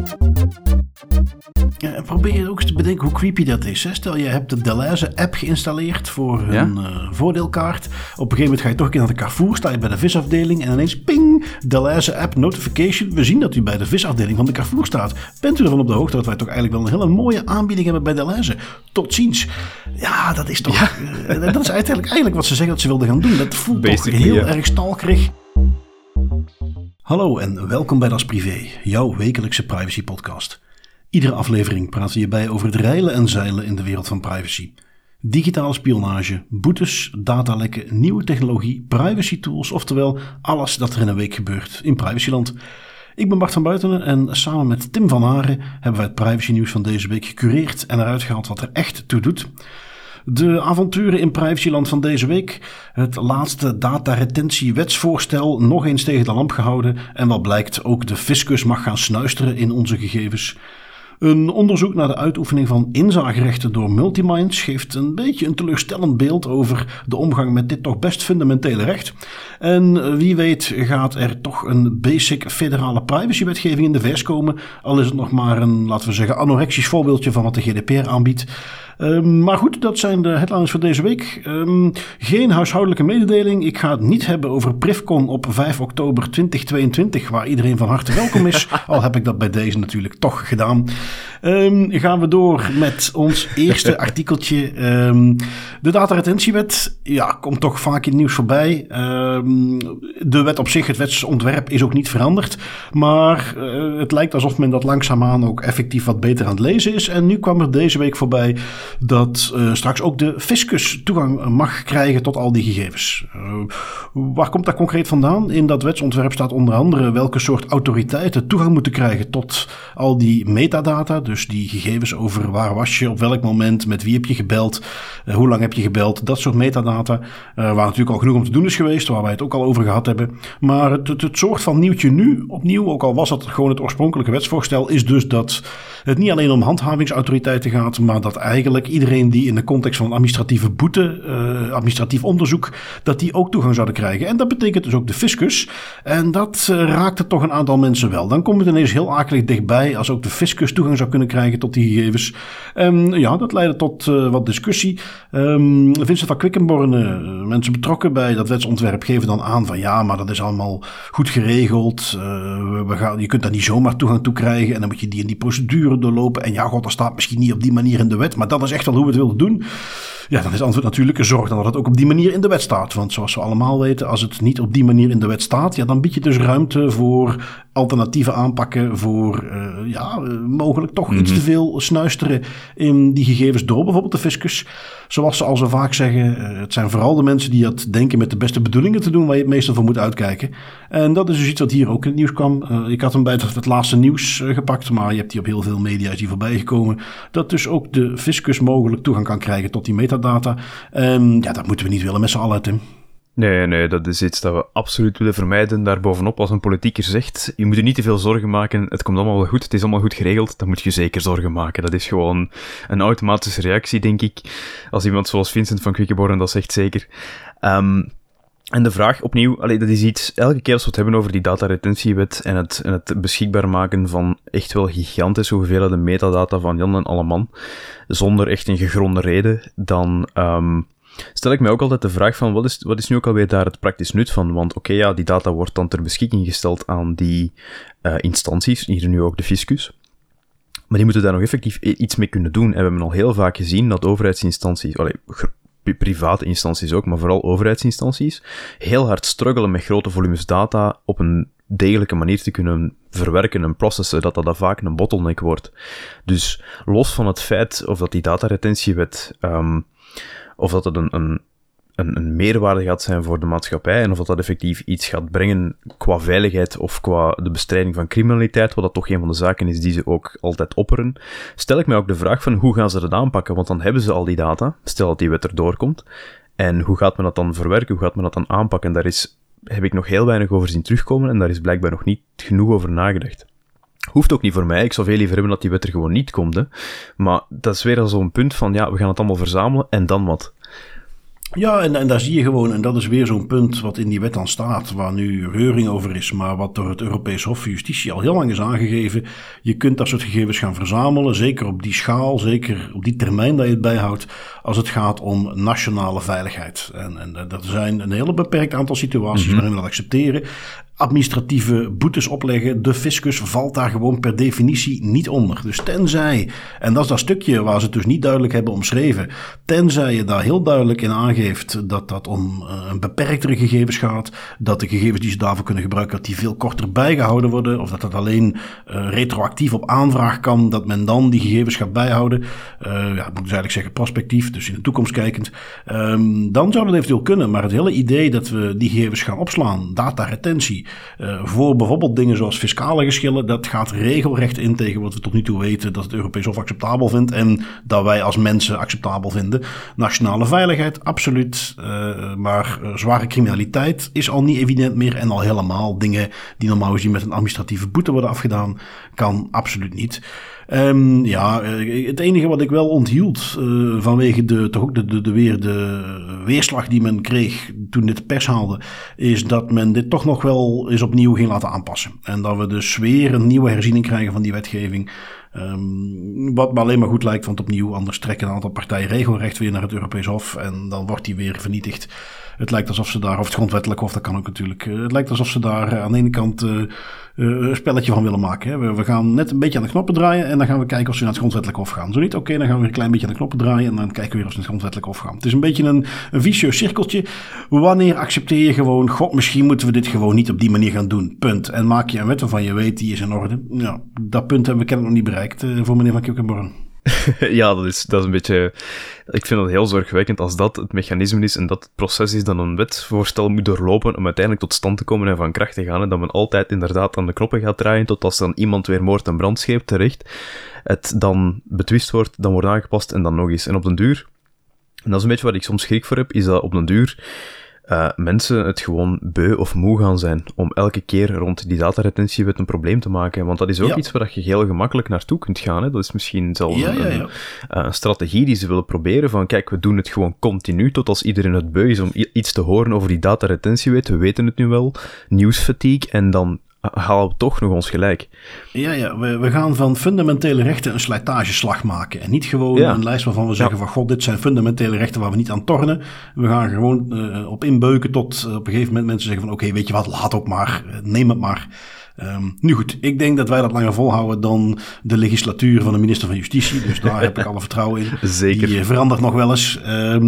Ja, probeer ook eens te bedenken hoe creepy dat is. Hè? Stel, je hebt de Delhaize-app geïnstalleerd voor een voordeelkaart. Op een gegeven moment ga je toch een keer naar de Carrefour, sta je bij de visafdeling en ineens ping, Delhaize-app notification. We zien dat u bij de visafdeling van de Carrefour staat. Bent u ervan op de hoogte dat wij toch eigenlijk wel een hele mooie aanbieding hebben bij Delhaize? Tot ziens. Ja, dat is toch... Ja. Dat is eigenlijk wat ze zeggen dat ze wilden gaan doen. Dat voelt basically, toch heel erg stalkerig. Hallo en welkom bij Das Privé, jouw wekelijkse privacy podcast. Iedere aflevering praten je bij over het reilen en zeilen in de wereld van privacy. Digitale spionage, boetes, datalekken, nieuwe technologie, privacy tools, oftewel alles dat er in een week gebeurt in privacyland. Ik ben Bart van Buitenen en samen met Tim van Haren hebben wij het privacy nieuws van deze week gecureerd en eruit gehaald wat er echt toe doet. De avonturen in privacyland van deze week. Het laatste dataretentiewetsvoorstel nog eens tegen de lamp gehouden. En wat blijkt, ook de fiscus mag gaan snuisteren in onze gegevens. Een onderzoek naar de uitoefening van inzagerechten door Multiminds geeft een beetje een teleurstellend beeld over de omgang met dit toch best fundamentele recht. En wie weet gaat er toch een basic federale privacywetgeving in de VS komen, al is het nog maar een, laten we zeggen, anorexisch voorbeeldje van wat de GDPR aanbiedt. Maar goed, dat zijn de headlines voor deze week. Geen huishoudelijke mededeling. Ik ga het niet hebben over Privcon op 5 oktober 2022, waar iedereen van harte welkom is. Al heb ik dat bij deze natuurlijk toch gedaan. Gaan we door met ons eerste artikeltje. De dataretentiewet, komt toch vaak in het nieuws voorbij. De wet op zich, het wetsontwerp, is ook niet veranderd. Maar het lijkt alsof men dat langzaamaan ook effectief wat beter aan het lezen is. En nu kwam er deze week voorbij dat straks ook de fiscus toegang mag krijgen tot al die gegevens. Waar komt dat concreet vandaan? In dat wetsontwerp staat onder andere welke soort autoriteiten toegang moeten krijgen tot al die metadata. Dus die gegevens over waar was je, op welk moment, met wie heb je gebeld, hoe lang heb je gebeld, dat soort metadata. Waar natuurlijk al genoeg om te doen is geweest, waar wij het ook al over gehad hebben. Maar het soort van nieuwtje nu, opnieuw, ook al was dat gewoon het oorspronkelijke wetsvoorstel, is dus dat het niet alleen om handhavingsautoriteiten gaat, maar dat eigenlijk iedereen die in de context van administratieve boete, administratief onderzoek, dat die ook toegang zouden krijgen. En dat betekent dus ook de fiscus. En dat raakte toch een aantal mensen wel. Dan komt het ineens heel akelig dichtbij als ook de fiscus toegang zou kunnen krijgen tot die gegevens. Dat leidde tot wat discussie. Vincent van Quickenborne, mensen betrokken bij dat wetsontwerp, geven dan aan van ja, maar dat is allemaal goed geregeld. Je kunt daar niet zomaar toegang toe krijgen en dan moet je die in die procedure doorlopen. En ja, god, dat staat misschien niet op die manier in de wet, maar dat is echt wel hoe we het willen doen. Ja, dan is het antwoord natuurlijk zorg dan dat het ook op die manier in de wet staat. Want zoals we allemaal weten, als het niet op die manier in de wet staat, ja, dan bied je dus ruimte voor alternatieve aanpakken, voor mogelijk toch iets te veel snuisteren in die gegevens door bijvoorbeeld de fiscus. Zoals ze al zo vaak zeggen, het zijn vooral de mensen die dat denken met de beste bedoelingen te doen waar je het meestal voor moet uitkijken. En dat is dus iets wat hier ook in het nieuws kwam. Ik had hem bij het laatste nieuws gepakt, maar je hebt die op heel veel media is die voorbij gekomen. Dat dus ook de fiscus mogelijk toegang kan krijgen tot die metadata. Dat moeten we niet willen met z'n allen, Tim. Nee, dat is iets dat we absoluut willen vermijden. Daarbovenop, als een politieker zegt, je moet er niet te veel zorgen maken, het komt allemaal wel goed, het is allemaal goed geregeld, dan moet je zeker zorgen maken. Dat is gewoon een automatische reactie, denk ik. Als iemand zoals Vincent van Quickenborne dat zegt, zeker. En de vraag opnieuw, dat is iets, elke keer als we het hebben over die dataretentiewet en het beschikbaar maken van echt wel gigantische hoeveelheden metadata van Jan en Alleman, zonder echt een gegronde reden, dan stel ik mij ook altijd de vraag van, wat is nu ook alweer daar het praktisch nut van? Want die data wordt dan ter beschikking gesteld aan die instanties, hier nu ook de fiscus. Maar die moeten daar nog effectief iets mee kunnen doen. En we hebben al heel vaak gezien dat overheidsinstanties, private instanties ook, maar vooral overheidsinstanties, heel hard struggelen met grote volumes data op een degelijke manier te kunnen verwerken en processen, dat vaak een bottleneck wordt. Dus los van het feit of dat die dataretentiewet of dat het een meerwaarde gaat zijn voor de maatschappij en of dat effectief iets gaat brengen qua veiligheid of qua de bestrijding van criminaliteit, wat dat toch een van de zaken is die ze ook altijd opperen, stel ik mij ook de vraag van hoe gaan ze dat aanpakken, want dan hebben ze al die data, stel dat die wet erdoor komt, en hoe gaat men dat dan verwerken, hoe gaat men dat dan aanpakken, daar heb ik nog heel weinig over zien terugkomen en daar is blijkbaar nog niet genoeg over nagedacht. Hoeft ook niet voor mij, ik zou veel liever hebben dat die wet er gewoon niet komt, hè. Maar dat is weer al zo'n punt van, we gaan het allemaal verzamelen en dan wat? Ja, en daar zie je gewoon, en dat is weer zo'n punt wat in die wet dan staat, waar nu reuring over is, maar wat door het Europees Hof van Justitie al heel lang is aangegeven. Je kunt dat soort gegevens gaan verzamelen, zeker op die schaal, zeker op die termijn dat je het bijhoudt, als het gaat om nationale veiligheid. En dat zijn een hele beperkt aantal situaties waarin we dat accepteren. Administratieve boetes opleggen, de fiscus valt daar gewoon per definitie niet onder. Dus tenzij, en dat is dat stukje waar ze het dus niet duidelijk hebben omschreven, tenzij je daar heel duidelijk in aangeeft dat dat om een beperktere gegevens gaat, dat de gegevens die ze daarvoor kunnen gebruiken, dat die veel korter bijgehouden worden, of dat dat alleen retroactief op aanvraag kan, dat men dan die gegevens gaat bijhouden. Ja, moet ik dus eigenlijk zeggen prospectief, dus in de toekomst kijkend. Dan zou dat eventueel kunnen, maar het hele idee dat we die gegevens gaan opslaan, dataretentie, voor bijvoorbeeld dingen zoals fiscale geschillen, dat gaat regelrecht in tegen wat we tot nu toe weten dat het Europees Hof acceptabel vindt en dat wij als mensen acceptabel vinden. Nationale veiligheid, absoluut. Maar zware criminaliteit is al niet evident meer en al helemaal dingen die normaal gezien met een administratieve boete worden afgedaan, kan absoluut niet. Ja, het enige wat ik wel onthield vanwege de weerslag die men kreeg toen dit pers haalde, is dat men dit toch nog wel eens opnieuw ging laten aanpassen. En dat we dus weer een nieuwe herziening krijgen van die wetgeving. Wat me alleen maar goed lijkt, want opnieuw, anders trekken een aantal partijen regelrecht weer naar het Europees Hof en dan wordt die weer vernietigd. Het lijkt alsof ze daar, of het grondwettelijk hof, dat kan ook natuurlijk. Het lijkt alsof ze daar aan de ene kant een spelletje van willen maken. Hè. We gaan net een beetje aan de knoppen draaien en dan gaan we kijken of ze naar het grondwettelijk hof gaan. Zo niet, oké, dan gaan we weer een klein beetje aan de knoppen draaien en dan kijken we weer of ze naar het grondwettelijk hof gaan. Het is een beetje een vicieus cirkeltje. Wanneer accepteer je gewoon, god, misschien moeten we dit gewoon niet op die manier gaan doen, punt. En maak je een wet waarvan je weet, die is in orde. Ja, dat punt hebben we kennelijk nog niet bereikt voor meneer Van Quickenborne. Ja, dat is een beetje... Ik vind dat heel zorgwekkend als dat het mechanisme is en dat het proces is dat een wetsvoorstel moet doorlopen om uiteindelijk tot stand te komen en van kracht te gaan. En dat men altijd inderdaad aan de knoppen gaat draaien tot als dan iemand weer moord en brand schept terecht. Het dan betwist wordt, dan wordt aangepast en dan nog eens. En op den duur, en dat is een beetje waar ik soms schrik voor heb, is dat op den duur mensen het gewoon beu of moe gaan zijn om elke keer rond die dataretentiewet een probleem te maken. Want dat is ook iets waar je heel gemakkelijk naartoe kunt gaan. Hè. Dat is misschien zelfs een strategie die ze willen proberen van kijk, we doen het gewoon continu tot als iedereen het beu is om iets te horen over die dataretentiewet. We weten het nu wel. Nieuwsfatigue en dan halen we toch nog ons gelijk. Ja, we gaan van fundamentele rechten een slijtageslag maken. En niet gewoon een lijst waarvan we zeggen van god, dit zijn fundamentele rechten waar we niet aan tornen. We gaan gewoon op inbeuken tot op een gegeven moment mensen zeggen van oké, weet je wat, laat ook maar, neem het maar. Nu goed, ik denk dat wij dat langer volhouden dan de legislatuur van de minister van Justitie. Dus daar heb ik alle vertrouwen in. Zeker. Die verandert nog wel eens.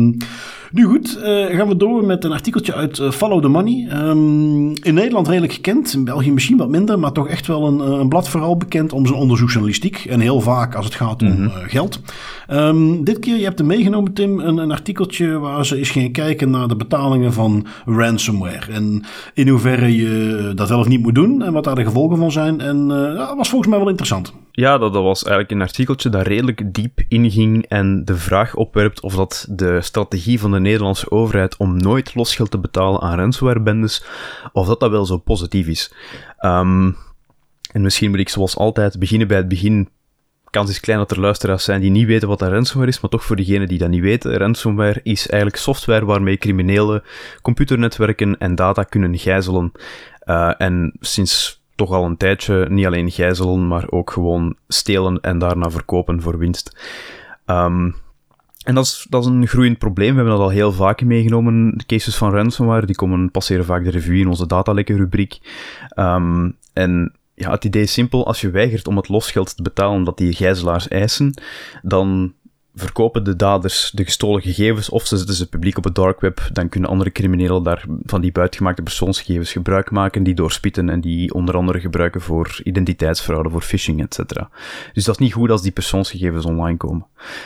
Nu goed, gaan we door met een artikeltje uit Follow the Money. In Nederland redelijk gekend, in België misschien wat minder, maar toch echt wel een blad vooral bekend om zijn onderzoeksjournalistiek. En heel vaak als het gaat om geld. Dit keer, je hebt er meegenomen Tim, een artikeltje waar ze eens gingen kijken naar de betalingen van ransomware. En in hoeverre je dat wel of niet moet doen en wat daar de gevolgen van zijn. En dat was volgens mij wel interessant. Ja, dat was eigenlijk een artikeltje dat redelijk diep inging en de vraag opwerpt of dat de strategie van de Nederlandse overheid om nooit losgeld te betalen aan ransomwarebendes, of dat wel zo positief is. En misschien moet ik zoals altijd beginnen bij het begin. Kans is klein dat er luisteraars zijn die niet weten wat een ransomware is, maar toch voor diegenen die dat niet weten, ransomware is eigenlijk software waarmee criminelen computernetwerken en data kunnen gijzelen. En sinds toch al een tijdje niet alleen gijzelen, maar ook gewoon stelen en daarna verkopen voor winst. En dat is een groeiend probleem. We hebben dat al heel vaak meegenomen. De cases van ransomware, die passeren vaak de revue in onze datalekken-rubriek. En ja, het idee is simpel. Als je weigert om het losgeld te betalen dat die gijzelaars eisen, dan verkopen de daders de gestolen gegevens of ze zetten ze publiek op het dark web. Dan kunnen andere criminelen daar van die buitgemaakte persoonsgegevens gebruik maken, die doorspitten en die onder andere gebruiken voor identiteitsfraude, voor phishing, etc. Dus dat is niet goed als die persoonsgegevens online komen.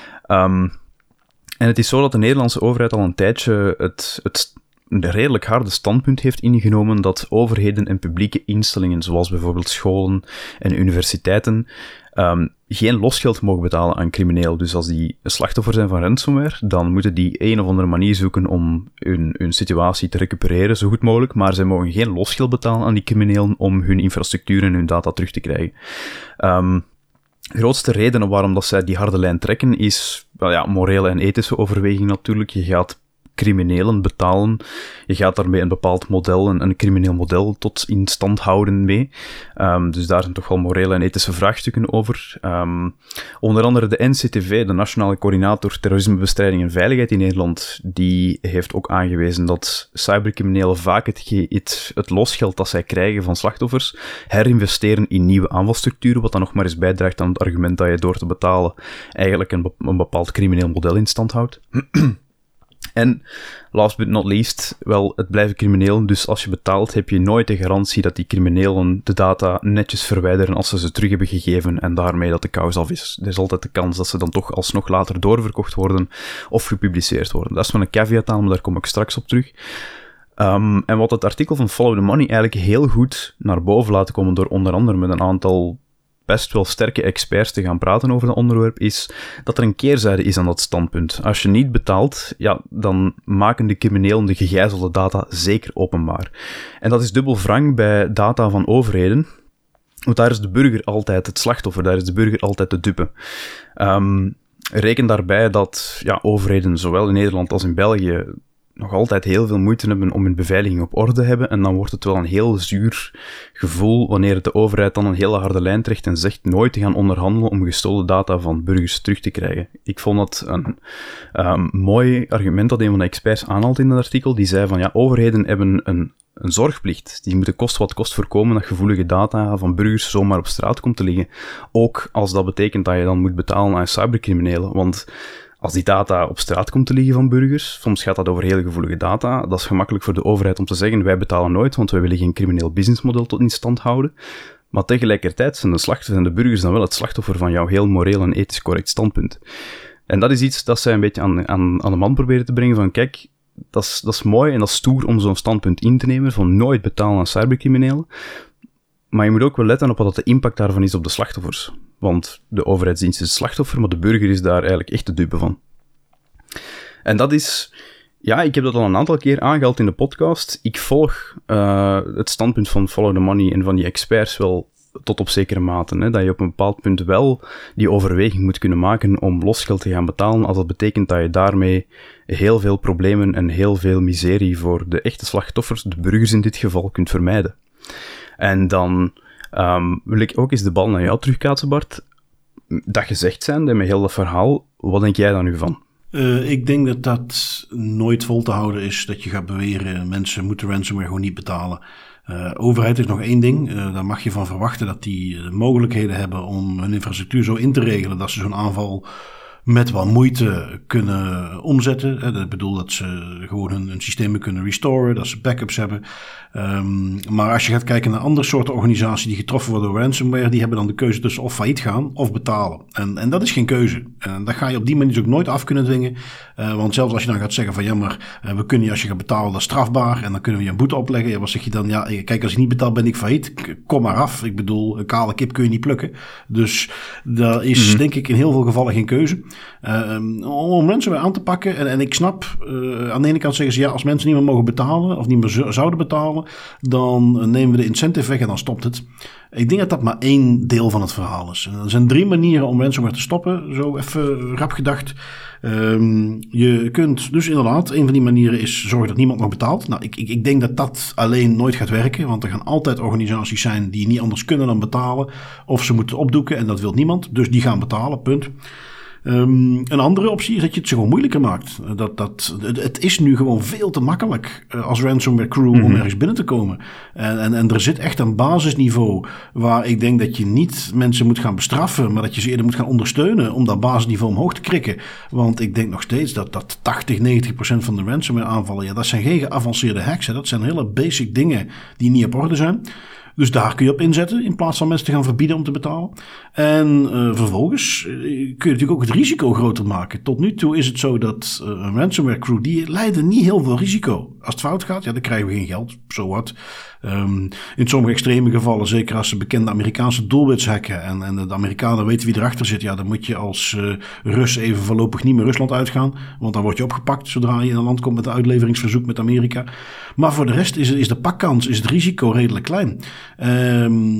En het is zo dat de Nederlandse overheid al een tijdje een redelijk harde standpunt heeft ingenomen dat overheden en publieke instellingen, zoals bijvoorbeeld scholen en universiteiten, geen losgeld mogen betalen aan criminelen. Dus als die een slachtoffer zijn van ransomware, dan moeten die een of andere manier zoeken om hun situatie te recupereren, zo goed mogelijk, maar zij mogen geen losgeld betalen aan die criminelen om hun infrastructuur en hun data terug te krijgen. De grootste reden waarom dat zij die harde lijn trekken is morele en ethische overweging natuurlijk. Je gaat criminelen betalen. Je gaat daarmee een bepaald model, een crimineel model tot in stand houden mee. Dus daar zijn toch wel morele en ethische vraagstukken over. Onder andere de NCTV, de Nationale Coördinator Terrorismebestrijding en Veiligheid in Nederland, die heeft ook aangewezen dat cybercriminelen vaak het losgeld dat zij krijgen van slachtoffers herinvesteren in nieuwe aanvalsstructuren, wat dan nog maar eens bijdraagt aan het argument dat je door te betalen eigenlijk een bepaald crimineel model in stand houdt. En, last but not least, wel, het blijven criminelen, dus als je betaalt heb je nooit de garantie dat die criminelen de data netjes verwijderen als ze terug hebben gegeven en daarmee dat de kous af is. Er is altijd de kans dat ze dan toch alsnog later doorverkocht worden of gepubliceerd worden. Dat is wel een caveat aan, maar daar kom ik straks op terug. En wat het artikel van Follow the Money eigenlijk heel goed naar boven laten komen door onder andere met een aantal best wel sterke experts te gaan praten over dat onderwerp, is dat er een keerzijde is aan dat standpunt. Als je niet betaalt, ja, dan maken de criminelen de gegijzelde data zeker openbaar. En dat is dubbel wrang bij data van overheden, want daar is de burger altijd het slachtoffer, daar is de burger altijd de dupe. Reken daarbij dat overheden, zowel in Nederland als in België, nog altijd heel veel moeite hebben om hun beveiliging op orde te hebben. En dan wordt het wel een heel zuur gevoel wanneer de overheid dan een hele harde lijn trekt en zegt nooit te gaan onderhandelen om gestolen data van burgers terug te krijgen. Ik vond dat een mooi argument dat een van de experts aanhaalt in het artikel. Die zei van overheden hebben een zorgplicht. Die moeten kost wat kost voorkomen dat gevoelige data van burgers zomaar op straat komt te liggen. Ook als dat betekent dat je dan moet betalen aan cybercriminelen. Want als die data op straat komt te liggen van burgers, soms gaat dat over heel gevoelige data, dat is gemakkelijk voor de overheid om te zeggen, wij betalen nooit, want wij willen geen crimineel businessmodel tot in stand houden. Maar tegelijkertijd zijn de slachtoffers en de burgers dan wel het slachtoffer van jouw heel moreel en ethisch correct standpunt. En dat is iets dat zij een beetje aan de man proberen te brengen van, kijk, dat is mooi en dat is stoer om zo'n standpunt in te nemen, van nooit betalen aan cybercriminelen. Maar je moet ook wel letten op wat de impact daarvan is op de slachtoffers. Want de overheidsdienst is het slachtoffer, maar de burger is daar eigenlijk echt de dupe van. En dat is... Ja, ik heb dat al een aantal keer aangehaald in de podcast. Ik volg het standpunt van Follow the Money en van die experts wel tot op zekere mate. Hè, dat je op een bepaald punt wel die overweging moet kunnen maken om losgeld te gaan betalen, als dat betekent dat je daarmee heel veel problemen en heel veel miserie voor de echte slachtoffers, de burgers in dit geval, kunt vermijden. En dan wil ik ook eens de bal naar jou terugkaatsen, Bart. Dat gezegd zijnde, met heel dat verhaal, wat denk jij daar nu van? Ik denk dat dat nooit vol te houden is, dat je gaat beweren, mensen moeten ransomware gewoon niet betalen. Overheid is nog één ding, daar mag je van verwachten dat die de mogelijkheden hebben om hun infrastructuur zo in te regelen dat ze zo'n aanval met wat moeite kunnen omzetten. Ik bedoel dat ze gewoon hun systemen kunnen restoren, dat ze backups hebben. Maar als je gaat kijken naar andere soorten organisaties die getroffen worden door ransomware, die hebben dan de keuze tussen of failliet gaan of betalen. En dat is geen keuze. En dat ga je op die manier ook nooit af kunnen dwingen. Want zelfs als je dan gaat zeggen van maar we kunnen je als je gaat betalen, dat is strafbaar en dan kunnen we je een boete opleggen. Ja, wat zeg je dan? Ja, kijk, als ik niet betaal ben ik failliet. Kom maar af. Ik bedoel, een kale kip kun je niet plukken. Dus dat is denk ik in heel veel gevallen geen keuze. Om ransomware aan te pakken. En ik snap, aan de ene kant zeggen ze als mensen niet meer mogen betalen of niet meer zouden betalen, dan nemen we de incentive weg en dan stopt het. Ik denk dat dat maar één deel van het verhaal is. En er zijn 3 manieren om ransomware te stoppen. Zo even rap gedacht. Je kunt dus inderdaad, een van die manieren is zorgen dat niemand nog betaalt. Nou, ik denk dat dat alleen nooit gaat werken. Want er gaan altijd organisaties zijn die niet anders kunnen dan betalen. Of ze moeten opdoeken en dat wil niemand. Dus die gaan betalen, punt. Een andere optie is dat je het zo gewoon moeilijker maakt. Het is nu gewoon veel te makkelijk als ransomware crew om ergens binnen te komen. En er zit echt een basisniveau waar ik denk dat je niet mensen moet gaan bestraffen, maar dat je ze eerder moet gaan ondersteunen om dat basisniveau omhoog te krikken. Want ik denk nog steeds dat 80-90% van de ransomware aanvallen, dat zijn geen geavanceerde hacks. Hè. Dat zijn hele basic dingen die niet op orde zijn. Dus daar kun je op inzetten in plaats van mensen te gaan verbieden om te betalen. En vervolgens kun je natuurlijk ook het risico groter maken. Tot nu toe is het zo dat een ransomware crew, die leiden niet heel veel risico. Als het fout gaat, dan krijgen we geen geld. So what? In sommige extreme gevallen, zeker als ze bekende Amerikaanse doelwits hacken en de Amerikanen weten wie erachter zit, dan moet je als Rus even voorlopig niet meer Rusland uitgaan. Want dan word je opgepakt zodra je in een land komt met een uitleveringsverzoek met Amerika. Maar voor de rest is de pakkans, is het risico redelijk klein.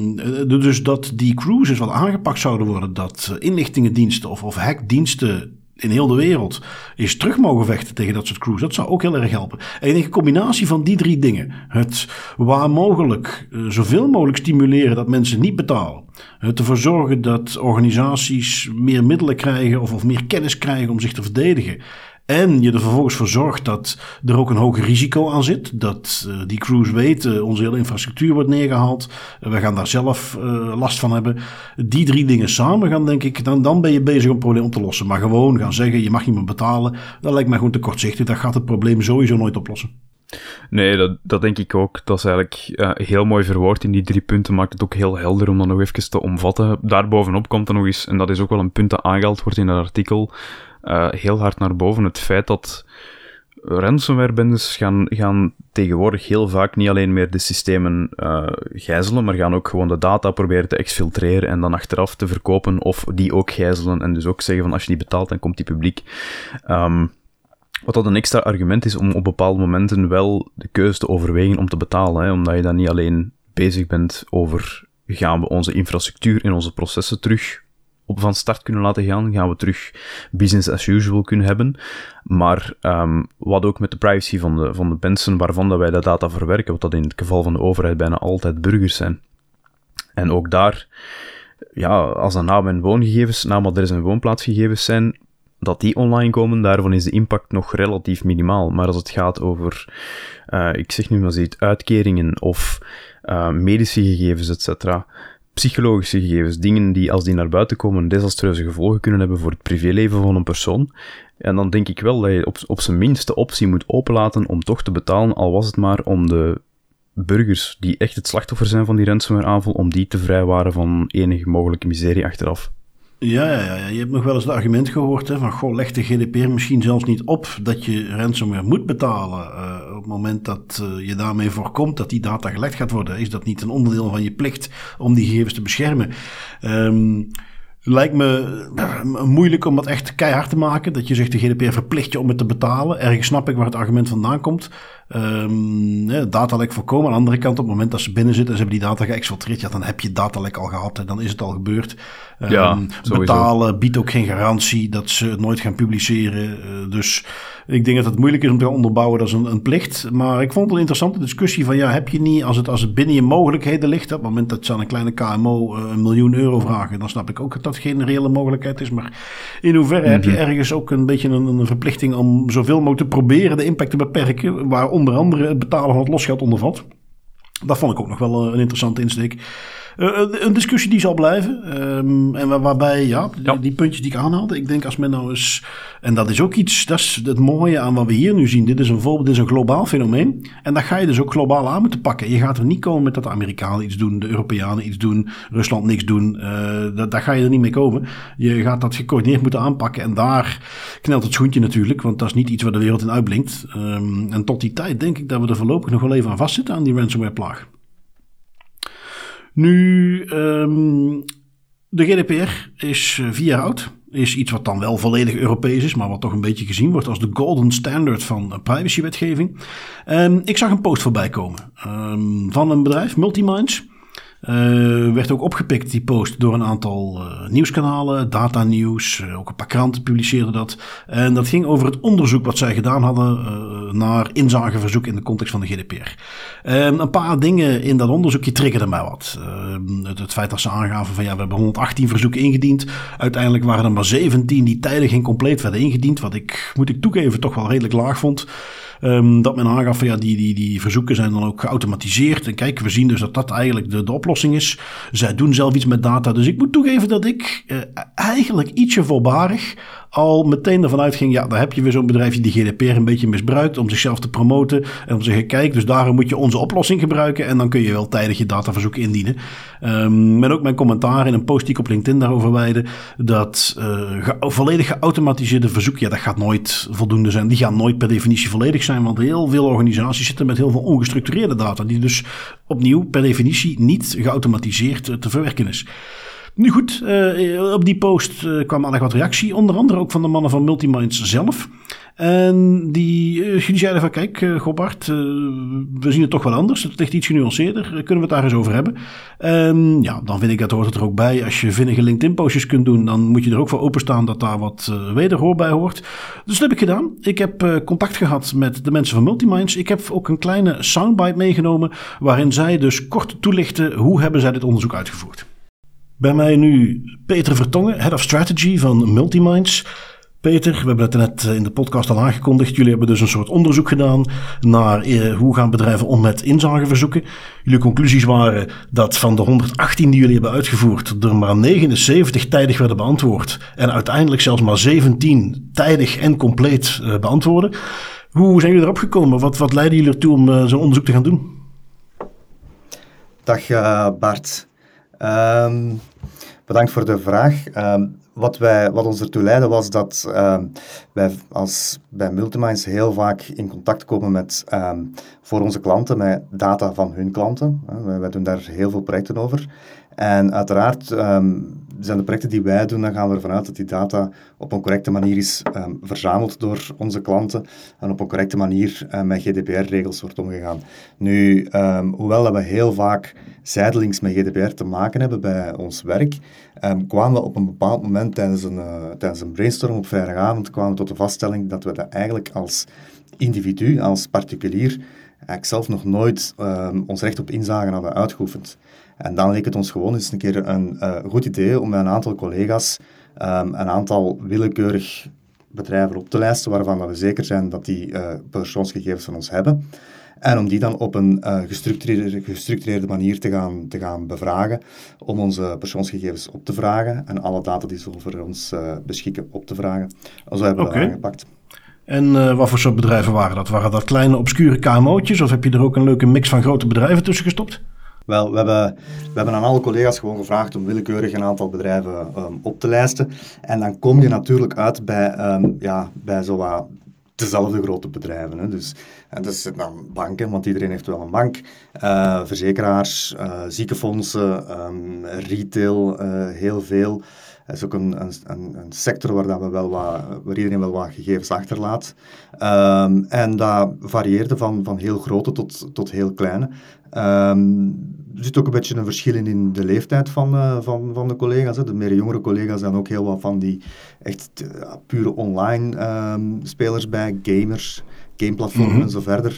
Dus dat die crews wat aangepakt zouden worden, dat inlichtingendiensten of hackdiensten in heel de wereld eens terug mogen vechten tegen dat soort crews. Dat zou ook heel erg helpen. En ik denk een combinatie van die 3 dingen. Het waar mogelijk zoveel mogelijk stimuleren dat mensen niet betalen. Het ervoor zorgen dat organisaties meer middelen krijgen of meer kennis krijgen om zich te verdedigen. En je er vervolgens voor zorgt dat er ook een hoger risico aan zit. Dat die crews weten, onze hele infrastructuur wordt neergehaald. We gaan daar zelf last van hebben. Die 3 dingen samen gaan, denk ik, dan ben je bezig om het probleem op te lossen. Maar gewoon gaan zeggen, je mag niet meer betalen. Dat lijkt mij gewoon te kortzichtig. Dat gaat het probleem sowieso nooit oplossen. Nee, dat denk ik ook. Dat is eigenlijk heel mooi verwoord in die 3 punten. Maakt het ook heel helder om dat nog even te omvatten. Daarbovenop komt er nog eens, en dat is ook wel een punt dat aangehaald wordt in het artikel, heel hard naar boven. Het feit dat ransomware-bendes gaan tegenwoordig heel vaak niet alleen meer de systemen gijzelen, maar gaan ook gewoon de data proberen te exfiltreren en dan achteraf te verkopen of die ook gijzelen en dus ook zeggen van als je die betaalt, dan komt die publiek. Wat dat een extra argument is om op bepaalde momenten wel de keuze te overwegen om te betalen, hè, omdat je dan niet alleen bezig bent over gaan we onze infrastructuur en onze processen terug van start kunnen laten gaan we terug business as usual kunnen hebben. Maar wat ook met de privacy van de mensen waarvan dat wij de data verwerken, wat dat in het geval van de overheid bijna altijd burgers zijn. En ook daar, ja, als dat naam- en woongegevens, naam-adres- en woonplaatsgegevens zijn, dat die online komen, daarvan is de impact nog relatief minimaal. Maar als het gaat over, ik zeg nu maar zoiets, uitkeringen of medische gegevens, etc., psychologische gegevens, dingen die als die naar buiten komen desastreuze gevolgen kunnen hebben voor het privéleven van een persoon. En dan denk ik wel dat je op zijn minst de optie moet openlaten om toch te betalen, al was het maar om de burgers die echt het slachtoffer zijn van die ransomware-aanval, om die te vrijwaren van enige mogelijke miserie achteraf. Ja. Je hebt nog wel eens het argument gehoord hè, van, goh, leg de GDPR misschien zelfs niet op dat je ransomware moet betalen. Op het moment dat je daarmee voorkomt dat die data gelekt gaat worden, is dat niet een onderdeel van je plicht om die gegevens te beschermen? Lijkt me moeilijk om dat echt keihard te maken. Dat je zegt de GDPR verplicht je om het te betalen. Ergens snap ik waar het argument vandaan komt. Datalek voorkomen. Aan de andere kant, op het moment dat ze binnen zitten en ze hebben die data geëxfiltreerd, ja, dan heb je datalek al gehad en dan is het al gebeurd. Betalen biedt ook geen garantie dat ze het nooit gaan publiceren. Dus ik denk dat het moeilijk is om te gaan onderbouwen. Dat is een plicht. Maar ik vond het een interessante discussie van, ja, heb je niet, als het binnen je mogelijkheden ligt, op het moment dat ze aan een kleine KMO €1 miljoen vragen, dan snap ik ook dat dat geen reële mogelijkheid is. Maar in hoeverre heb je ergens ook een beetje een verplichting om zoveel mogelijk te proberen de impact te beperken, waar onder andere het betalen van het losgeld onder valt? Dat vond ik ook nog wel een interessante insteek. Een discussie die zal blijven. En waarbij, die puntjes die ik aanhaalde. Ik denk als men nou eens, en dat is ook iets, dat is het mooie aan wat we hier nu zien. Dit is een voorbeeld, dit is een globaal fenomeen. En dat ga je dus ook globaal aan moeten pakken. Je gaat er niet komen met dat de Amerikanen iets doen, de Europeanen iets doen, Rusland niks doen. Daar ga je er niet mee komen. Je gaat dat gecoördineerd moeten aanpakken. En daar knelt het schoentje natuurlijk, want dat is niet iets waar de wereld in uitblinkt. En tot die tijd denk ik dat we er voorlopig nog wel even aan vastzitten aan die ransomware-plaag. Nu, de GDPR is 4 jaar oud. Is iets wat dan wel volledig Europees is, maar wat toch een beetje gezien wordt als de golden standard van privacywetgeving. Ik zag een post voorbij komen van een bedrijf, Multiminds. Werd ook opgepikt, die post, door een aantal nieuwskanalen, Datanieuws, ook een paar kranten publiceerden dat. En dat ging over het onderzoek wat zij gedaan hadden naar inzageverzoek in de context van de GDPR. Een paar dingen in dat onderzoekje triggerden mij wat. Het feit dat ze aangaven van, ja, we hebben 118 verzoeken ingediend. Uiteindelijk waren er maar 17 die tijdig en compleet werden ingediend, wat ik, moet ik toegeven, toch wel redelijk laag vond. Dat men aangaf van, ja, die verzoeken zijn dan ook geautomatiseerd. En kijk, we zien dus dat eigenlijk de oplossing is. Zij doen zelf iets met data. Dus ik moet toegeven dat ik eigenlijk ietsje voorbarig al meteen ervan uitging, ja, daar heb je weer zo'n bedrijfje die GDPR een beetje misbruikt om zichzelf te promoten. En om te zeggen, kijk, dus daarom moet je onze oplossing gebruiken en dan kun je wel tijdig je dataverzoeken indienen. En ook mijn commentaar in een post die ik op LinkedIn daarover wijde, dat volledig geautomatiseerde verzoeken, ja, dat gaat nooit voldoende zijn. Die gaan nooit per definitie volledig zijn, want heel veel organisaties zitten met heel veel ongestructureerde data, die dus opnieuw per definitie niet geautomatiseerd te verwerken is. Nu goed, op die post kwam aardig wat reactie. Onder andere ook van de mannen van Multiminds zelf. En die zeiden van kijk, Gobbart, we zien het toch wel anders. Het ligt iets genuanceerder. Kunnen we het daar eens over hebben? Dan vind ik dat hoort het er ook bij. Als je vinnige LinkedIn-postjes kunt doen, dan moet je er ook voor openstaan dat daar wat wederhoor bij hoort. Dus dat heb ik gedaan. Ik heb contact gehad met de mensen van Multiminds. Ik heb ook een kleine soundbite meegenomen, waarin zij dus kort toelichten hoe hebben zij dit onderzoek uitgevoerd. Bij mij nu Peter Vertongen, Head of Strategy van Multiminds. Peter, we hebben het net in de podcast al aangekondigd. Jullie hebben dus een soort onderzoek gedaan naar hoe gaan bedrijven om met inzageverzoeken. Jullie conclusies waren dat van de 118 die jullie hebben uitgevoerd, er maar 79 tijdig werden beantwoord. En uiteindelijk zelfs maar 17 tijdig en compleet beantwoorden. Hoe zijn jullie erop gekomen? Wat leidde jullie ertoe om zo'n onderzoek te gaan doen? Dag Bart. Bedankt voor de vraag. Wat ons ertoe leidde was dat wij bij Multiminds heel vaak in contact komen met, voor onze klanten, met data van hun klanten. Wij doen daar heel veel projecten over. En uiteraard zijn de projecten die wij doen, dan gaan we ervan uit dat die data op een correcte manier is verzameld door onze klanten en op een correcte manier met GDPR-regels wordt omgegaan. Nu, hoewel dat we heel vaak zijdelings met GDPR te maken hebben bij ons werk, kwamen we op een bepaald moment tijdens een brainstorm op vrijdagavond kwamen we tot de vaststelling dat we dat eigenlijk als individu, als particulier, eigenlijk zelf nog nooit ons recht op inzage hadden uitgeoefend. En dan leek het ons gewoon eens een keer een goed idee om met een aantal collega's een aantal willekeurig bedrijven op te lijsten waarvan we zeker zijn dat die persoonsgegevens van ons hebben. En om die dan op een gestructureerde manier te gaan bevragen, om onze persoonsgegevens op te vragen en alle data die ze over ons beschikken op te vragen. Zo hebben we dat aangepakt. En wat voor soort bedrijven waren dat? Waren dat kleine, obscure KMO'tjes of heb je er ook een leuke mix van grote bedrijven tussen gestopt? Wel, we hebben aan alle collega's gewoon gevraagd om willekeurig een aantal bedrijven op te lijsten. En dan kom je natuurlijk uit bij zowat dezelfde grote bedrijven. Hè. Dus dat is dan banken, want iedereen heeft wel een bank. Verzekeraars, ziekenfondsen, retail, heel veel. Dat is ook een sector waar iedereen wel wat gegevens achterlaat. En dat varieerde van heel grote tot heel kleine. Er zit ook een beetje een verschil in de leeftijd van de collega's. Hè. De meer jongere collega's zijn ook heel wat van die echt pure online spelers bij, gamers, gameplatformen en zo verder.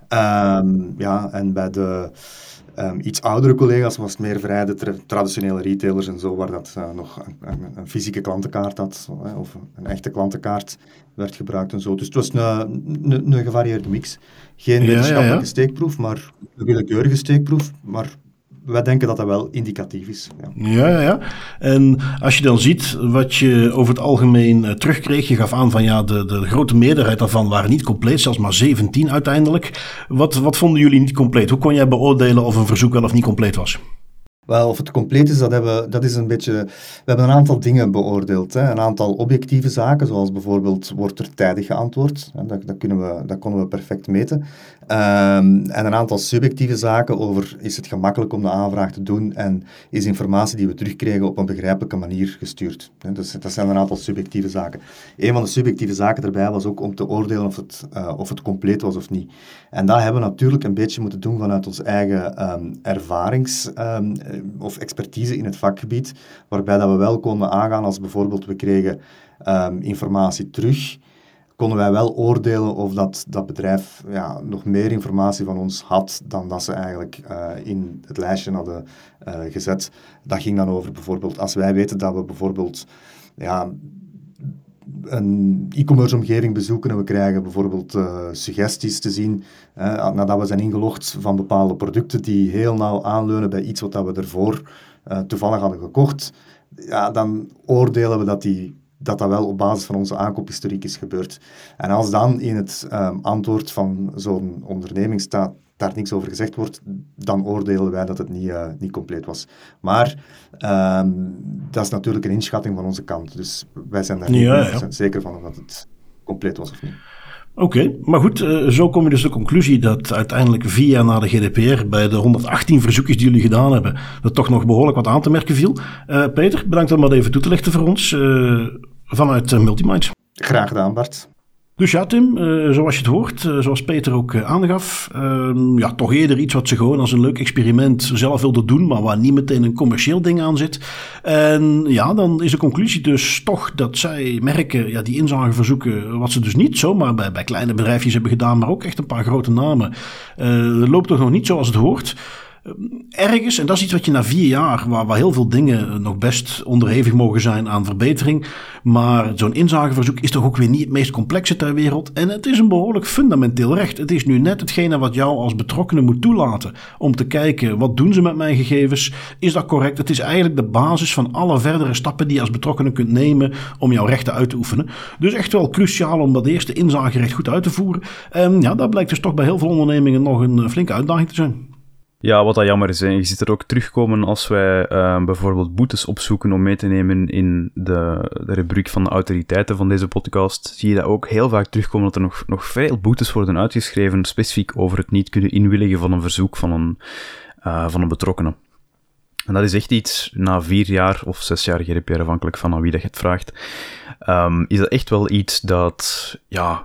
En bij de iets oudere collega's was het meer vrij de traditionele retailers en zo, waar dat nog een fysieke klantenkaart had, of een echte klantenkaart werd gebruikt en zo. Dus het was een gevarieerde mix. Geen wetenschappelijke steekproef, maar een willekeurige steekproef, maar wij denken dat dat wel indicatief is. Ja. En als je dan ziet wat je over het algemeen terugkreeg, je gaf aan van de grote meerderheid daarvan waren niet compleet, zelfs maar 17 uiteindelijk. Wat vonden jullie niet compleet? Hoe kon jij beoordelen of een verzoek wel of niet compleet was? Wel, of het compleet is, dat is een beetje... We hebben een aantal dingen beoordeeld. Hè. Een aantal objectieve zaken, zoals bijvoorbeeld wordt er tijdig geantwoord. Dat konden we perfect meten. En een aantal subjectieve zaken over is het gemakkelijk om de aanvraag te doen en is informatie die we terugkregen op een begrijpelijke manier gestuurd. Dus dat zijn een aantal subjectieve zaken. Een van de subjectieve zaken daarbij was ook om te oordelen of het compleet was of niet. En dat hebben we natuurlijk een beetje moeten doen vanuit ons eigen ervarings- of expertise in het vakgebied, waarbij dat we wel konden aangaan als bijvoorbeeld we kregen informatie terug, konden wij wel oordelen of dat bedrijf nog meer informatie van ons had dan dat ze eigenlijk in het lijstje hadden gezet. Dat ging dan over bijvoorbeeld, als wij weten dat we bijvoorbeeld een e-commerce omgeving bezoeken en we krijgen bijvoorbeeld suggesties te zien nadat we zijn ingelogd van bepaalde producten die heel nauw aanleunen bij iets wat we ervoor toevallig hadden gekocht, dan oordelen we dat wel op basis van onze aankoophistoriek is gebeurd. En als dan in het antwoord van zo'n onderneming staat, daar niks over gezegd wordt, dan oordelen wij dat het niet compleet was. Maar dat is natuurlijk een inschatting van onze kant. Dus wij zijn daar niet 100% zeker van of dat het compleet was of niet. Oké, maar goed, zo kom je dus de conclusie dat uiteindelijk 4 jaar na de GDPR bij de 118 verzoekjes die jullie gedaan hebben, dat toch nog behoorlijk wat aan te merken viel. Peter, bedankt om dat even toe te lichten voor ons vanuit Multiminds. Graag gedaan, Bart. Dus ja, Tim, zoals je het hoort, zoals Peter ook aangaf, toch eerder iets wat ze gewoon als een leuk experiment zelf wilden doen, maar waar niet meteen een commercieel ding aan zit. En ja, dan is de conclusie dus toch dat zij merken, die inzageverzoeken, wat ze dus niet zomaar bij kleine bedrijfjes hebben gedaan, maar ook echt een paar grote namen, loopt toch nog niet zoals het hoort. Ergens, en dat is iets wat je na 4 jaar, waar heel veel dingen nog best onderhevig mogen zijn aan verbetering, maar zo'n inzageverzoek is toch ook weer niet het meest complexe ter wereld en het is een behoorlijk fundamenteel recht. Het is nu net hetgene wat jou als betrokkenen moet toelaten om te kijken, wat doen ze met mijn gegevens? Is dat correct? Het is eigenlijk de basis van alle verdere stappen die je als betrokkenen kunt nemen om jouw rechten uit te oefenen. Dus echt wel cruciaal om dat eerste inzagerecht goed uit te voeren. En dat blijkt dus toch bij heel veel ondernemingen nog een flinke uitdaging te zijn. Ja, wat dat jammer is. Hè. Je ziet er ook terugkomen als wij bijvoorbeeld boetes opzoeken om mee te nemen in de rubriek van de autoriteiten van deze podcast. Zie je dat ook heel vaak terugkomen dat er nog veel boetes worden uitgeschreven, specifiek over het niet kunnen inwilligen van een verzoek van een betrokkenen. En dat is echt iets, na 4 jaar of 6 jaar GDPR, afhankelijk van aan wie dat je het vraagt, is dat echt wel iets dat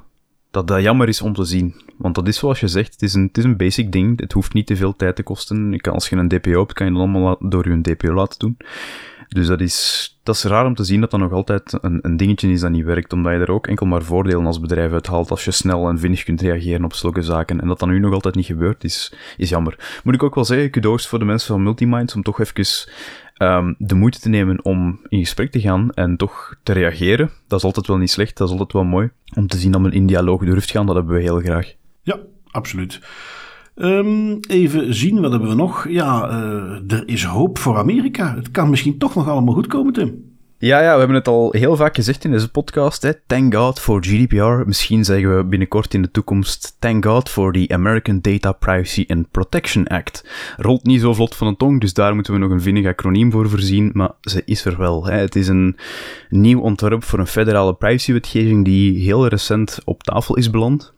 jammer is om te zien. Want dat is zoals je zegt, het is een basic ding. Het hoeft niet te veel tijd te kosten. Als je een DPO hebt, kan je dat allemaal door je DPO laten doen. Dus dat is raar om te zien dat dat nog altijd een dingetje is dat niet werkt, omdat je er ook enkel maar voordelen als bedrijf uithaalt als je snel en vinnig kunt reageren op zulke zaken. En dat nu nog altijd niet gebeurt, is jammer. Moet ik ook wel zeggen, kudos voor de mensen van Multiminds om toch even de moeite te nemen om in gesprek te gaan en toch te reageren. Dat is altijd wel niet slecht, dat is altijd wel mooi. Om te zien dat men in dialoog durft gaan, dat hebben we heel graag. Ja, absoluut. Even zien, wat hebben we nog? Ja, er is hoop voor Amerika. Het kan misschien toch nog allemaal goed komen, Tim. Ja, we hebben het al heel vaak gezegd in deze podcast. Hè. Thank God for GDPR. Misschien zeggen we binnenkort in de toekomst Thank God for the American Data Privacy and Protection Act. Rolt niet zo vlot van de tong, dus daar moeten we nog een vinnig acroniem voor voorzien, maar ze is er wel. Hè. Het is een nieuw ontwerp voor een federale privacywetgeving die heel recent op tafel is beland.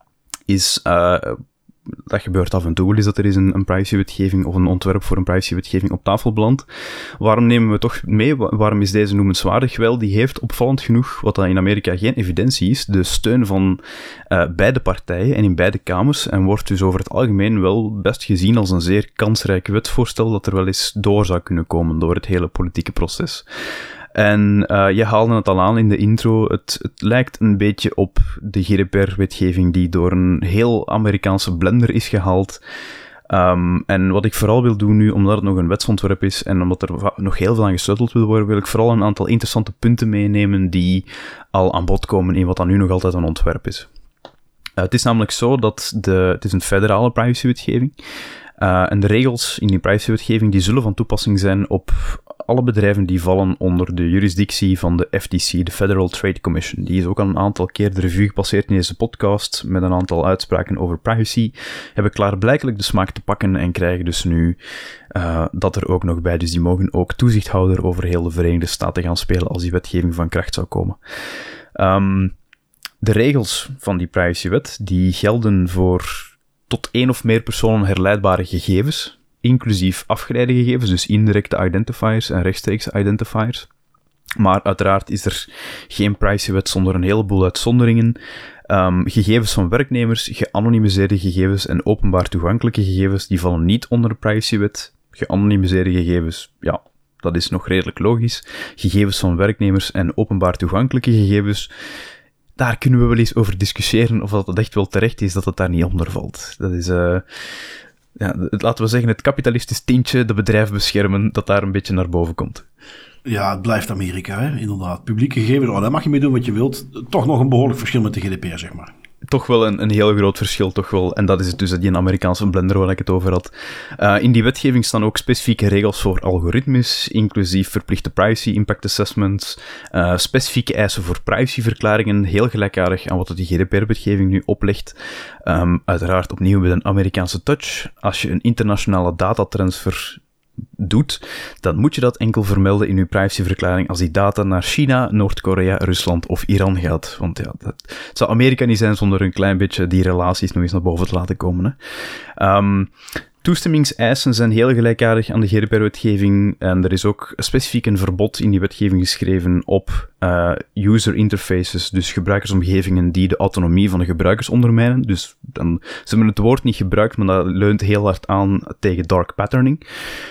Dat gebeurt af en toe, is dat er is een privacywetgeving of een ontwerp voor een privacywetgeving op tafel belandt. Waarom nemen we toch mee? Waarom is deze noemenswaardig? Wel, die heeft opvallend genoeg, wat dat in Amerika geen evidentie is, de steun van beide partijen en in beide kamers en wordt dus over het algemeen wel best gezien als een zeer kansrijk wetsvoorstel dat er wel eens door zou kunnen komen door het hele politieke proces. En je haalde het al aan in de intro, het lijkt een beetje op de GDPR-wetgeving die door een heel Amerikaanse blender is gehaald. En wat ik vooral wil doen nu, omdat het nog een wetsontwerp is en omdat er nog heel veel aan gesleuteld wil worden, wil ik vooral een aantal interessante punten meenemen die al aan bod komen in wat dan nu nog altijd een ontwerp is. Het is namelijk zo dat het is een federale privacywetgeving. En de regels in die privacywetgeving die zullen van toepassing zijn op alle bedrijven die vallen onder de jurisdictie van de FTC, de Federal Trade Commission. Die is ook al een aantal keer de revue gepasseerd in deze podcast met een aantal uitspraken over privacy. Hebben klaarblijkelijk de smaak te pakken en krijgen dus nu dat er ook nog bij. Dus die mogen ook toezichthouder over heel de Verenigde Staten gaan spelen als die wetgeving van kracht zou komen. De regels van die privacywet die gelden voor tot 1 of meer personen herleidbare gegevens, inclusief afgeleide gegevens, dus indirecte identifiers en rechtstreekse identifiers. Maar uiteraard is er geen privacywet zonder een heleboel uitzonderingen. Gegevens van werknemers, geanonimiseerde gegevens en openbaar toegankelijke gegevens, die vallen niet onder de privacywet. Geanonimiseerde gegevens, ja, dat is nog redelijk logisch. Gegevens van werknemers en openbaar toegankelijke gegevens, daar kunnen we wel eens over discussiëren of dat het echt wel terecht is dat het daar niet onder valt. Dat is, laten we zeggen, het kapitalistisch tintje, de bedrijven beschermen, dat daar een beetje naar boven komt. Ja, het blijft Amerika, hè? Inderdaad. Publieke gegevens, daar mag je mee doen wat je wilt. Toch nog een behoorlijk verschil met de GDPR, zeg maar. Toch wel een heel groot verschil, toch wel. En dat is het dus, die Amerikaanse blender waar ik het over had. In die wetgeving staan ook specifieke regels voor algoritmes, inclusief verplichte privacy impact assessments, specifieke eisen voor privacyverklaringen, heel gelijkaardig aan wat de GDPR-wetgeving nu oplegt. Uiteraard opnieuw met een Amerikaanse touch. Als je een internationale datatransfer doet, dan moet je dat enkel vermelden in je privacyverklaring als die data naar China, Noord-Korea, Rusland of Iran gaat. Want ja, het zou Amerika niet zijn zonder een klein beetje die relaties nog eens naar boven te laten komen. Hè. Toestemmingseisen zijn heel gelijkaardig aan de GDPR-wetgeving en er is ook specifiek een verbod in die wetgeving geschreven op user interfaces, dus gebruikersomgevingen die de autonomie van de gebruikers ondermijnen. Dus ze hebben het woord niet gebruikt, maar dat leunt heel hard aan tegen dark patterning.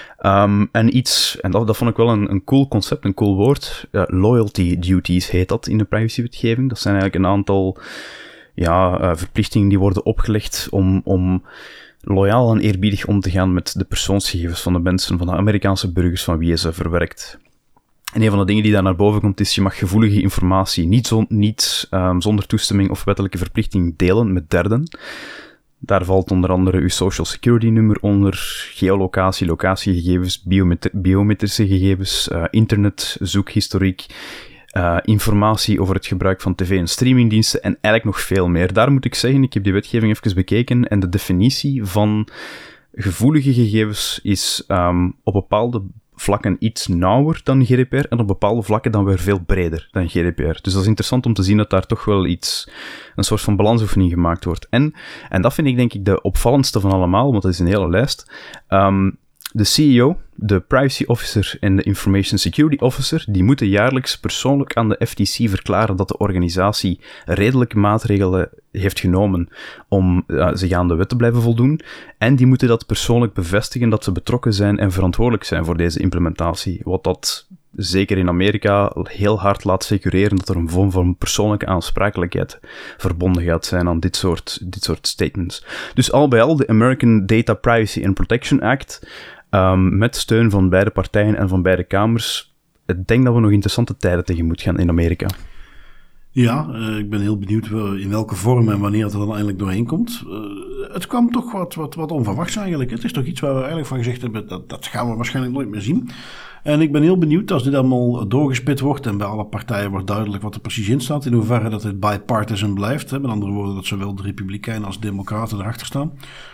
En dat vond ik wel een cool concept, een cool woord. Loyalty duties heet dat in de privacywetgeving. Dat zijn eigenlijk een aantal verplichtingen die worden opgelegd om loyaal en eerbiedig om te gaan met de persoonsgegevens van de mensen, van de Amerikaanse burgers van wie je ze verwerkt. En een van de dingen die daar naar boven komt is, je mag gevoelige informatie niet zonder toestemming of wettelijke verplichting delen met derden. Daar valt onder andere uw social security nummer onder, geolocatie, locatiegegevens, biometrische gegevens, internet, zoekhistoriek, informatie over het gebruik van tv- en streamingdiensten en eigenlijk nog veel meer. Daar moet ik zeggen, ik heb die wetgeving even bekeken en de definitie van gevoelige gegevens is op bepaalde vlakken iets nauwer dan GDPR en op bepaalde vlakken dan weer veel breder dan GDPR. Dus dat is interessant om te zien dat daar toch wel een soort van balansoefening gemaakt wordt. En dat vind ik denk ik de opvallendste van allemaal, want dat is een hele lijst. De CEO, de Privacy Officer en de Information Security Officer, die moeten jaarlijks persoonlijk aan de FTC verklaren dat de organisatie redelijke maatregelen heeft genomen om zich aan de wet te blijven voldoen. En die moeten dat persoonlijk bevestigen dat ze betrokken zijn en verantwoordelijk zijn voor deze implementatie. Wat dat zeker in Amerika heel hard laat figureren dat er een vorm van persoonlijke aansprakelijkheid verbonden gaat zijn aan dit soort statements. Dus al bij al de American Data Privacy and Protection Act, met steun van beide partijen en van beide kamers. Ik denk dat we nog interessante tijden tegemoet gaan in Amerika. Ja, ik ben heel benieuwd in welke vorm en wanneer het er dan eindelijk doorheen komt. Het kwam toch wat onverwachts eigenlijk. Het is toch iets waar we eigenlijk van gezegd hebben, dat gaan we waarschijnlijk nooit meer zien. En ik ben heel benieuwd als dit allemaal doorgespit wordt en bij alle partijen wordt duidelijk wat er precies in staat, in hoeverre dat het bipartisan blijft. Met andere woorden, dat zowel de Republikeinen als de Democraten erachter staan.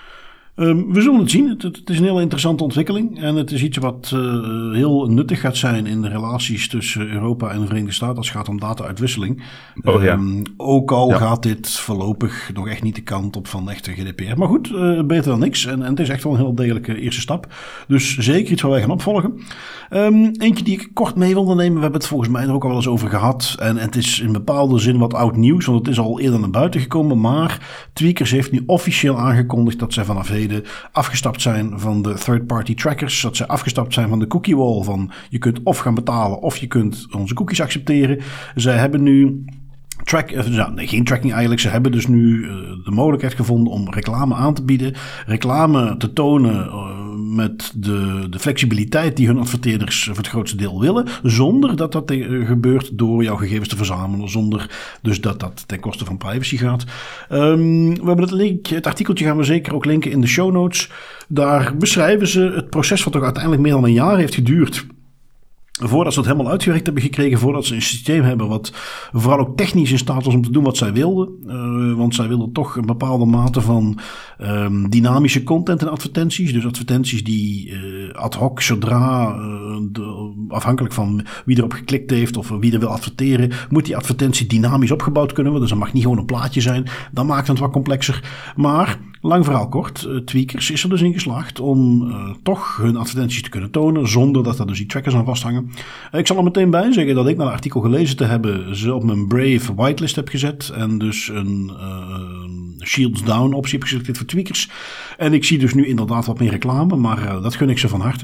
We zullen het zien. Het is een hele interessante ontwikkeling. En het is iets wat heel nuttig gaat zijn in de relaties tussen Europa en de Verenigde Staten als het gaat om data-uitwisseling. Ook al gaat dit voorlopig nog echt niet de kant op van echte GDPR. Maar goed, beter dan niks. En het is echt wel een heel degelijke eerste stap. Dus zeker iets waar wij gaan opvolgen. Eentje die ik kort mee wilde nemen. We hebben het volgens mij er ook al wel eens over gehad. En het is in bepaalde zin wat oud nieuws. Want het is al eerder naar buiten gekomen. Maar Tweakers heeft nu officieel aangekondigd dat zij vanaf heden afgestapt zijn van de third-party trackers. Dat zij afgestapt zijn van de cookie wall. Van je kunt of gaan betalen of je kunt onze cookies accepteren. Zij hebben nu geen tracking eigenlijk. Ze hebben dus nu de mogelijkheid gevonden om reclame aan te bieden. Reclame te tonen met de flexibiliteit die hun adverteerders voor het grootste deel willen. Zonder dat dat gebeurt door jouw gegevens te verzamelen. Zonder dus dat ten koste van privacy gaat. We hebben het artikeltje gaan we zeker ook linken in de show notes. Daar beschrijven ze het proces wat toch uiteindelijk meer dan een jaar heeft geduurd. Voordat ze het helemaal uitgewerkt hebben gekregen, voordat ze een systeem hebben wat vooral ook technisch in staat was om te doen wat zij wilden. Want zij wilden toch een bepaalde mate van dynamische content en advertenties. Dus advertenties die ad hoc, zodra, afhankelijk van wie erop geklikt heeft of wie er wil adverteren, moet die advertentie dynamisch opgebouwd kunnen worden. Dus dat mag niet gewoon een plaatje zijn. Dat maakt het wat complexer. Maar lang verhaal kort, Tweakers is er dus in geslaagd om toch hun advertenties te kunnen tonen, zonder dat er dus die trackers aan vasthangen. Ik zal er meteen bij zeggen dat ik na het artikel gelezen te hebben ze op mijn Brave whitelist heb gezet en dus een Shields Down optie heb geselecteerd voor Tweakers. En ik zie dus nu inderdaad wat meer reclame, maar dat gun ik ze van harte.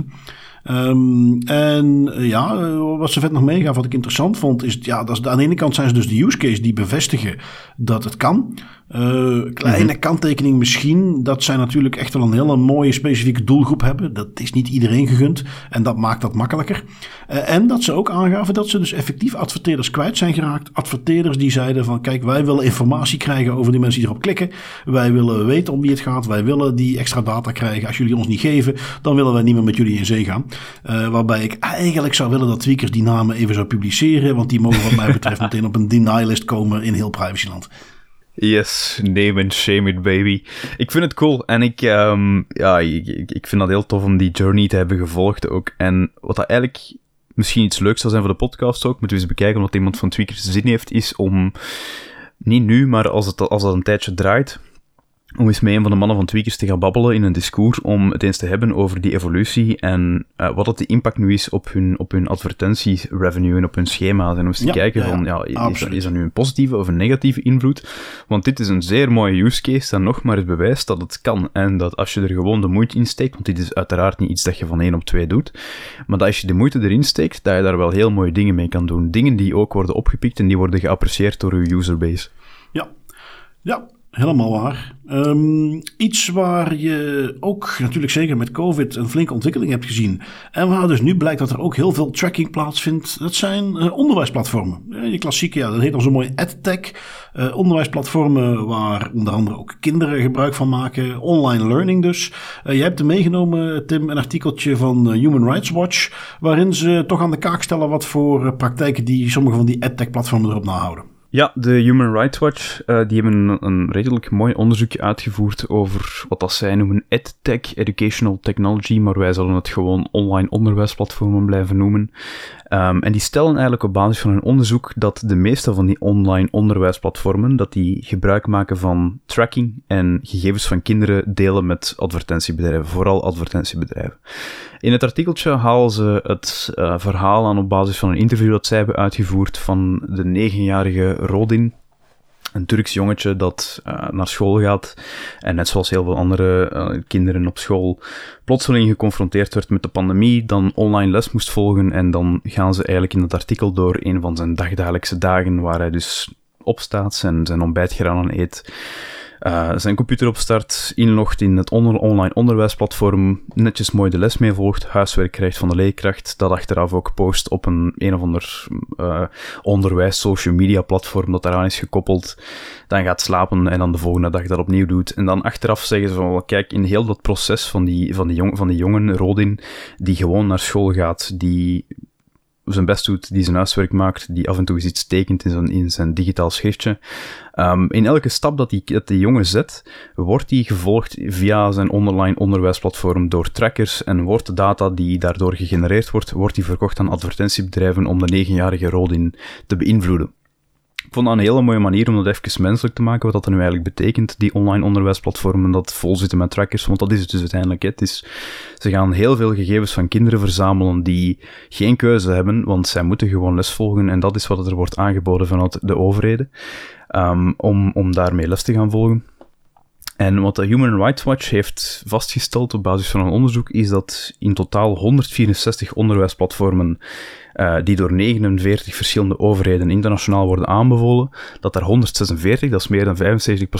Wat ze vet nog meegaat, wat ik interessant vond, is dat aan de ene kant zijn ze dus de use case die bevestigen dat het kan. Kleine kanttekening misschien, dat zij natuurlijk echt wel een hele mooie specifieke doelgroep hebben. Dat is niet iedereen gegund en dat maakt dat makkelijker. En dat ze ook aangaven dat ze dus effectief adverteerders kwijt zijn geraakt. Adverteerders die zeiden van kijk, wij willen informatie krijgen over die mensen die erop klikken. Wij willen weten om wie het gaat. Wij willen die extra data krijgen. Als jullie ons niet geven, dan willen wij niet meer met jullie in zee gaan. Waarbij ik eigenlijk zou willen dat Tweakers die namen even zou publiceren. Want die mogen wat mij betreft meteen op een deny list komen in heel privacyland. Yes, name and shame it, baby. Ik vind het cool en ik vind dat heel tof om die journey te hebben gevolgd ook. En wat dat eigenlijk misschien iets leuks zou zijn voor de podcast ook, moeten we eens bekijken omdat iemand van Tweakers zin heeft, is om, niet nu, maar als dat een tijdje draait, om eens met een van de mannen van Tweakers te gaan babbelen in een discours, om het eens te hebben over die evolutie en wat dat de impact nu is op hun advertentie-revenue en op hun schema's. En om eens te kijken van, is dat nu een positieve of een negatieve invloed? Want dit is een zeer mooie use case dat nog maar eens bewijst dat het kan. En dat als je er gewoon de moeite in steekt, want dit is uiteraard niet iets dat je van 1 op 2 doet, maar dat als je de moeite erin steekt, dat je daar wel heel mooie dingen mee kan doen. Dingen die ook worden opgepikt en die worden geapprecieerd door je userbase. Ja. Helemaal waar. Iets waar je ook natuurlijk zeker met COVID een flinke ontwikkeling hebt gezien. En waar dus nu blijkt dat er ook heel veel tracking plaatsvindt. Dat zijn onderwijsplatformen. Je klassieke, dat heet dan zo mooi EdTech. Onderwijsplatformen waar onder andere ook kinderen gebruik van maken. Online learning dus. Je hebt er meegenomen, Tim, een artikeltje van Human Rights Watch. Waarin ze toch aan de kaak stellen wat voor praktijken die sommige van die EdTech platformen erop nahouden. Ja, de Human Rights Watch, die hebben een redelijk mooi onderzoekje uitgevoerd over wat dat zij noemen EdTech, Educational Technology, maar wij zullen het gewoon online onderwijsplatformen blijven noemen. En die stellen eigenlijk op basis van hun onderzoek dat de meeste van die online onderwijsplatformen, dat die gebruik maken van tracking en gegevens van kinderen delen met advertentiebedrijven, vooral advertentiebedrijven. In het artikeltje halen ze het verhaal aan op basis van een interview dat zij hebben uitgevoerd van de 9-jarige Rodin, een Turks jongetje dat naar school gaat en net zoals heel veel andere kinderen op school plotseling geconfronteerd werd met de pandemie, dan online les moest volgen en dan gaan ze eigenlijk in het artikel door een van zijn dagdagelijkse dagen waar hij dus opstaat, zijn ontbijt gedaan en eet, zijn computer opstart, inlogt in het online onderwijsplatform, netjes mooi de les meevolgt, huiswerk krijgt van de leerkracht, dat achteraf ook post op een of ander onderwijs social media platform dat daaraan is gekoppeld, dan gaat slapen en dan de volgende dag dat opnieuw doet. En dan achteraf zeggen ze van, kijk, in heel dat proces van die jongen, Rodin, die gewoon naar school gaat, die zijn best doet, die zijn huiswerk maakt, die af en toe eens iets tekent in zijn digitaal schriftje. In elke stap dat die jongen zet, wordt die gevolgd via zijn online onderwijsplatform door trackers en wordt de data die daardoor gegenereerd wordt die verkocht aan advertentiebedrijven om de 9-jarige Rodin te beïnvloeden. Ik vond dat een hele mooie manier om dat even menselijk te maken, wat dat nu eigenlijk betekent, die online onderwijsplatformen dat vol zitten met trackers, want dat is het dus uiteindelijk. Ze gaan heel veel gegevens van kinderen verzamelen die geen keuze hebben, want zij moeten gewoon les volgen en dat is wat er wordt aangeboden vanuit de overheden, om daarmee les te gaan volgen. En wat de Human Rights Watch heeft vastgesteld op basis van een onderzoek, is dat in totaal 164 onderwijsplatformen die door 49 verschillende overheden internationaal worden aanbevolen, dat daar 146, dat is meer dan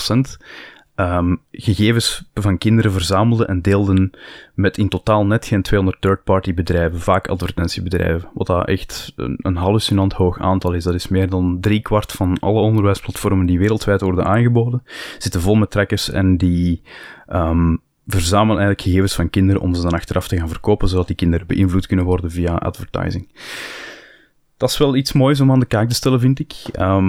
75%, gegevens van kinderen verzamelden en deelden met in totaal net geen 200 third-party bedrijven, vaak advertentiebedrijven, wat dat echt een hallucinant hoog aantal is. Dat is meer dan 3/4 van alle onderwijsplatformen die wereldwijd worden aangeboden, zitten vol met trackers en die verzamelen eigenlijk gegevens van kinderen om ze dan achteraf te gaan verkopen, zodat die kinderen beïnvloed kunnen worden via advertising. Dat is wel iets moois om aan de kaak te stellen, vind ik.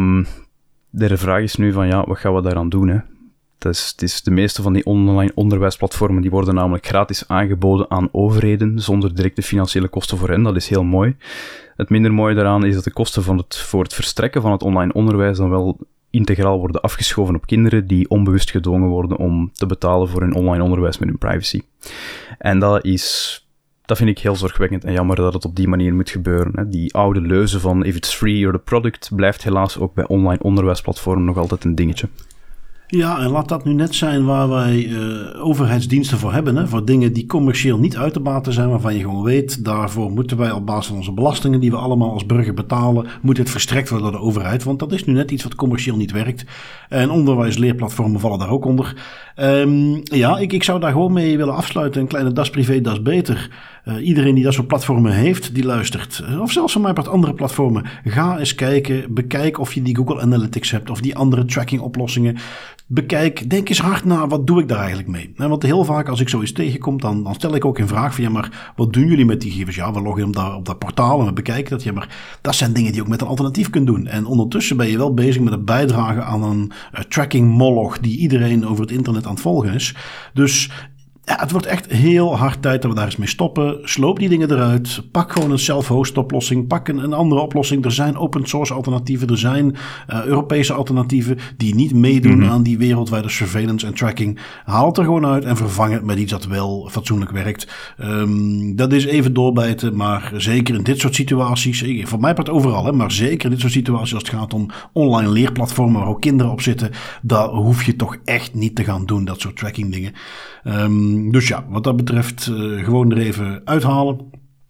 De vraag is nu van, wat gaan we daaraan doen, hè? Het is de meeste van die online onderwijsplatformen die worden namelijk gratis aangeboden aan overheden, zonder directe financiële kosten voor hen. Dat is heel mooi. Het minder mooie daaraan is dat de kosten voor het verstrekken van het online onderwijs dan wel integraal worden afgeschoven op kinderen die onbewust gedwongen worden om te betalen voor hun online onderwijs met hun privacy. En dat vind ik heel zorgwekkend en jammer dat het op die manier moet gebeuren. Hè. Die oude leuze van if it's free, you're the product blijft helaas ook bij online onderwijsplatformen nog altijd een dingetje. Ja, en laat dat nu net zijn waar wij overheidsdiensten voor hebben. Hè? Voor dingen die commercieel niet uit te baten zijn, waarvan je gewoon weet, daarvoor moeten wij op basis van onze belastingen die we allemaal als burger betalen, moet het verstrekt worden door de overheid. Want dat is nu net iets wat commercieel niet werkt. En onderwijsleerplatformen vallen daar ook onder. Ik zou daar gewoon mee willen afsluiten. Een kleine das privé, das beter. Iedereen die dat soort platformen heeft, die luistert. Of zelfs van mij part andere platformen. Ga eens kijken, bekijk of je die Google Analytics hebt of die andere tracking oplossingen. Bekijk, denk eens hard na, wat doe ik daar eigenlijk mee? Want heel vaak als ik zoiets tegenkom, dan stel ik ook een vraag van, ja, maar wat doen jullie met die gegevens? Ja, we loggen op dat portaal en we bekijken dat. Ja, maar dat zijn dingen die je ook met een alternatief kunt doen. En ondertussen ben je wel bezig met het bijdragen aan een tracking moloch die iedereen over het internet aan het volgen is. Dus ja, het wordt echt heel hard tijd dat we daar eens mee stoppen. Sloop die dingen eruit. Pak gewoon een self-host oplossing. Pak een andere oplossing. Er zijn open source alternatieven. Er zijn Europese alternatieven die niet meedoen aan die wereldwijde surveillance en tracking. Haal het er gewoon uit en vervang het met iets dat wel fatsoenlijk werkt. Dat is even doorbijten, maar zeker in dit soort situaties, voor mij part overal, hè, maar zeker in dit soort situaties als het gaat om online leerplatformen waar ook kinderen op zitten, daar hoef je toch echt niet te gaan doen, dat soort tracking dingen. Dus ja, wat dat betreft gewoon er even uithalen.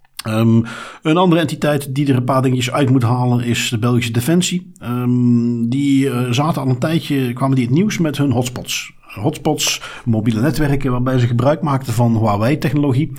Een andere entiteit die er een paar dingetjes uit moet halen is de Belgische Defensie. Die zaten al een tijdje, kwamen die het nieuws met hun hotspots. Hotspots, mobiele netwerken waarbij ze gebruik maakten van Huawei-technologie.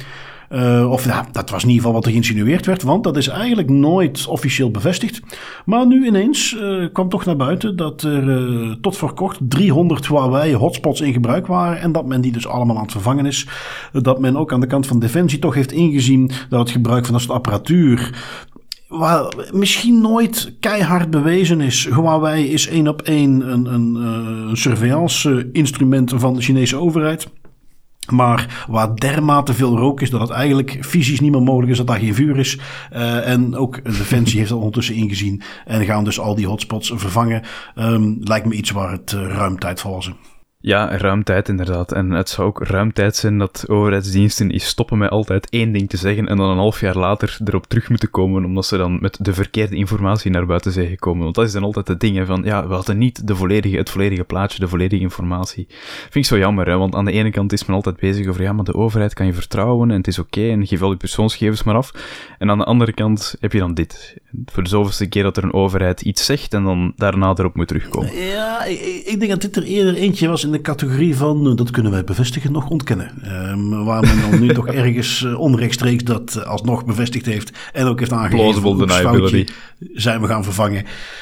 Dat was in ieder geval wat er geïnsinueerd werd, want dat is eigenlijk nooit officieel bevestigd. Maar nu ineens kwam toch naar buiten dat er tot voor kort 300 Huawei hotspots in gebruik waren en dat men die dus allemaal aan het vervangen is. Dat men ook aan de kant van Defensie toch heeft ingezien dat het gebruik van dat soort apparatuur waar misschien nooit keihard bewezen is. Huawei is 1 op 1 een surveillance instrument van de Chinese overheid. Maar waar dermate veel rook is dat het eigenlijk fysisch niet meer mogelijk is dat daar geen vuur is. En ook Defensie heeft dat ondertussen ingezien en gaan dus al die hotspots vervangen. Lijkt me iets waar het ruim tijd voor was. Ja, ruim tijd inderdaad. En het zou ook ruim tijd zijn dat overheidsdiensten eens stoppen met altijd één ding te zeggen en dan een half jaar later erop terug moeten komen, omdat ze dan met de verkeerde informatie naar buiten zijn gekomen. Want dat is dan altijd het ding, hè, van ja, we hadden niet het volledige plaatje, de volledige informatie. Vind ik zo jammer, hè, want aan de ene kant is men altijd bezig over, ja, maar de overheid kan je vertrouwen en het is oké, en geef al je persoonsgegevens maar af. En aan de andere kant heb je dan dit. Voor de zoveelste keer dat er een overheid iets zegt en dan daarna erop moet terugkomen. Ja, ik denk dat dit er eerder eentje was in de categorie van, dat kunnen wij bevestigen nog ontkennen. Waar men dan nu toch ergens onrechtstreeks dat alsnog bevestigd heeft en ook heeft aangegeven. Plausible deniability. Zijn we gaan vervangen.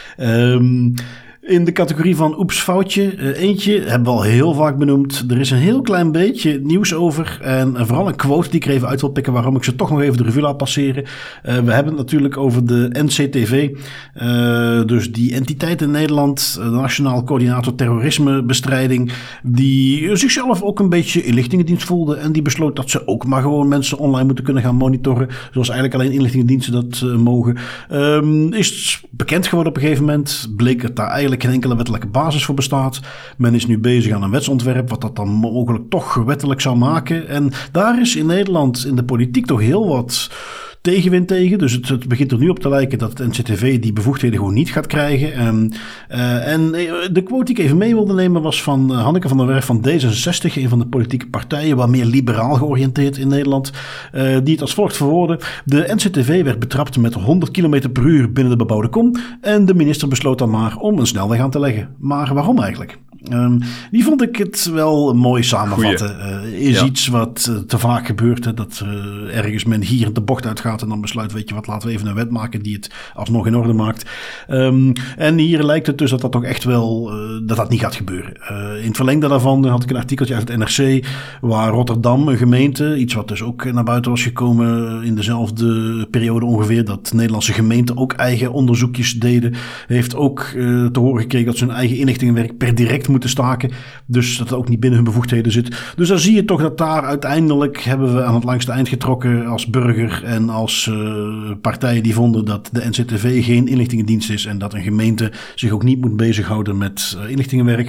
In de categorie van oeps foutje, eentje hebben we al heel vaak benoemd. Er is een heel klein beetje nieuws over en vooral een quote die ik er even uit wil pikken waarom ik ze toch nog even de revue laat passeren. We hebben het natuurlijk over de NCTV, dus die entiteit in Nederland, de Nationaal Coördinator Terrorismebestrijding, die zichzelf ook een beetje inlichtingendienst voelde en die besloot dat ze ook maar gewoon mensen online moeten kunnen gaan monitoren, zoals eigenlijk alleen inlichtingendiensten dat mogen. Is bekend geworden op een gegeven moment, bleek het daar eigenlijk geen enkele wettelijke basis voor bestaat. Men is nu bezig aan een wetsontwerp wat dat dan mogelijk toch wettelijk zou maken. En daar is in Nederland in de politiek toch heel wat tegenwind tegen. Dus het begint er nu op te lijken dat het NCTV die bevoegdheden gewoon niet gaat krijgen. En de quote die ik even mee wilde nemen was van Hanneke van der Werf van D66, een van de politieke partijen, wat meer liberaal georiënteerd in Nederland, die het als volgt verwoordde. De NCTV werd betrapt met 100 km per uur binnen de bebouwde kom en de minister besloot dan maar om een snelweg aan te leggen. Maar waarom eigenlijk? Die vond ik het wel mooi samenvatten. Is iets wat te vaak gebeurt. Hè, dat ergens men hier de bocht uitgaat en dan besluit, weet je wat, laten we even een wet maken die het alsnog in orde maakt. En hier lijkt het dus dat toch echt wel, dat niet gaat gebeuren. In het verlengde daarvan had ik een artikeltje uit het NRC waar Rotterdam, een gemeente, iets wat dus ook naar buiten was gekomen in dezelfde periode ongeveer, dat Nederlandse gemeenten ook eigen onderzoekjes deden, heeft ook te horen gekregen dat ze hun eigen inlichtingenwerk per direct moeten staken. Dus dat het ook niet binnen hun bevoegdheden zit. Dus dan zie je toch dat daar uiteindelijk hebben we aan het langste eind getrokken als burger en als partijen die vonden dat de NCTV geen inlichtingendienst is en dat een gemeente zich ook niet moet bezighouden met inlichtingenwerk.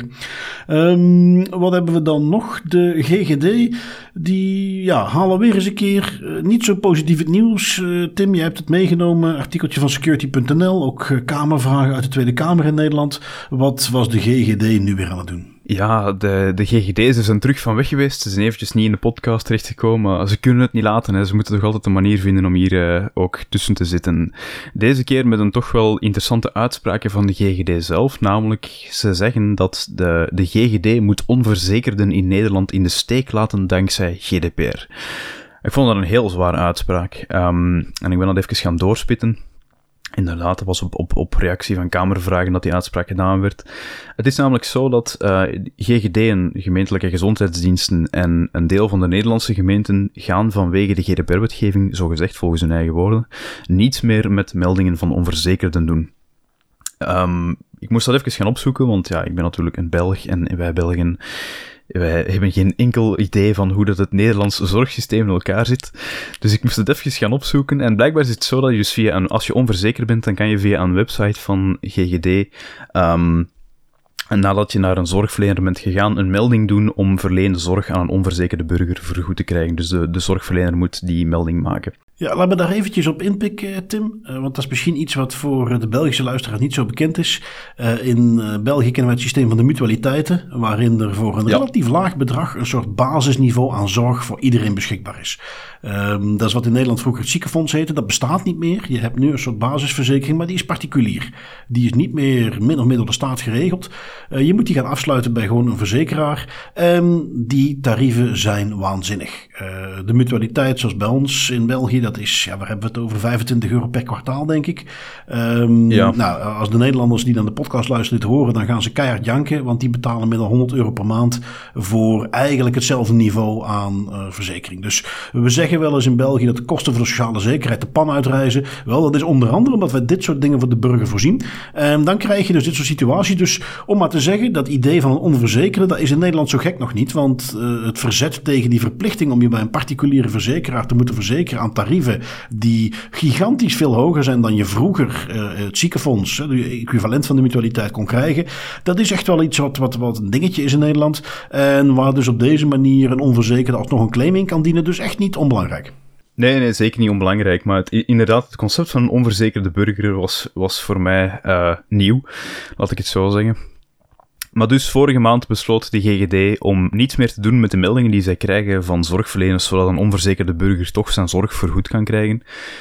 Wat hebben we dan nog? De GGD, die halen weer eens een keer niet zo positief het nieuws. Tim, jij hebt het meegenomen. Artikeltje van security.nl, ook Kamervragen uit de Tweede Kamer in Nederland. Wat was de GGD nu weer aan het doen? Ja, de GGD's zijn terug van weg geweest. Ze zijn eventjes niet in de podcast terechtgekomen, maar ze kunnen het niet laten. Hè. Ze moeten toch altijd een manier vinden om hier ook tussen te zitten. Deze keer met een toch wel interessante uitspraken van de GGD zelf. Namelijk, ze zeggen dat de GGD moet onverzekerden in Nederland in de steek laten dankzij GDPR. Ik vond dat een heel zware uitspraak. En ik ben dat even gaan doorspitten. Inderdaad, dat was op reactie van Kamervragen dat die uitspraak gedaan werd. Het is namelijk zo dat GGD en gemeentelijke gezondheidsdiensten en een deel van de Nederlandse gemeenten gaan vanwege de GDPR-wetgeving, zogezegd volgens hun eigen woorden, niets meer met meldingen van onverzekerden doen. Ik moest dat even gaan opzoeken, want ja, ik ben natuurlijk een Belg en wij Belgen... Wij hebben geen enkel idee van hoe dat het Nederlandse zorgsysteem in elkaar zit. Dus ik moest het even gaan opzoeken. En blijkbaar is het zo dat je dus als je onverzekerd bent, dan kan je via een website van GGD, en nadat je naar een zorgverlener bent gegaan, een melding doen om verleende zorg aan een onverzekerde burger vergoed te krijgen. Dus de zorgverlener moet die melding maken. Ja, laat me daar eventjes op inpikken, Tim. Want dat is misschien iets wat voor de Belgische luisteraar niet zo bekend is. In België kennen we het systeem van de mutualiteiten, waarin er voor een relatief laag bedrag een soort basisniveau aan zorg voor iedereen beschikbaar is. Dat is wat in Nederland vroeger het ziekenfonds heette. Dat bestaat niet meer. Je hebt nu een soort basisverzekering, maar die is particulier. Die is niet meer min of meer door de staat geregeld. Je moet die gaan afsluiten bij gewoon een verzekeraar. Die tarieven zijn waanzinnig. De mutualiteit, zoals bij ons in België, dat is, ja, waar hebben we het over? €25 per kwartaal, denk ik. Nou, als de Nederlanders die naar de podcast luisteren dit horen, dan gaan ze keihard janken, want die betalen meer dan €100 per maand voor eigenlijk hetzelfde niveau aan verzekering. Dus we zeggen wel eens in België dat de kosten voor de sociale zekerheid de pan uitreizen. Wel, dat is onder andere omdat wij dit soort dingen voor de burger voorzien. Dan krijg je dus dit soort situaties. Dus om maar te zeggen, dat idee van een onverzekerde, dat is in Nederland zo gek nog niet, want het verzet tegen die verplichting om je bij een particuliere verzekeraar te moeten verzekeren aan tarieven die gigantisch veel hoger zijn dan je vroeger het ziekenfonds, het equivalent van de mutualiteit, kon krijgen. Dat is echt wel iets wat een dingetje is in Nederland. En waar dus op deze manier een onverzekerde alsnog een claim in kan dienen. Dus echt niet onbelangrijk. Nee, zeker niet onbelangrijk. Maar inderdaad, het concept van een onverzekerde burger was voor mij nieuw. Laat ik het zo zeggen. Maar dus vorige maand besloot de GGD om niets meer te doen met de meldingen die zij krijgen van zorgverleners, zodat een onverzekerde burger toch zijn zorg vergoed kan krijgen.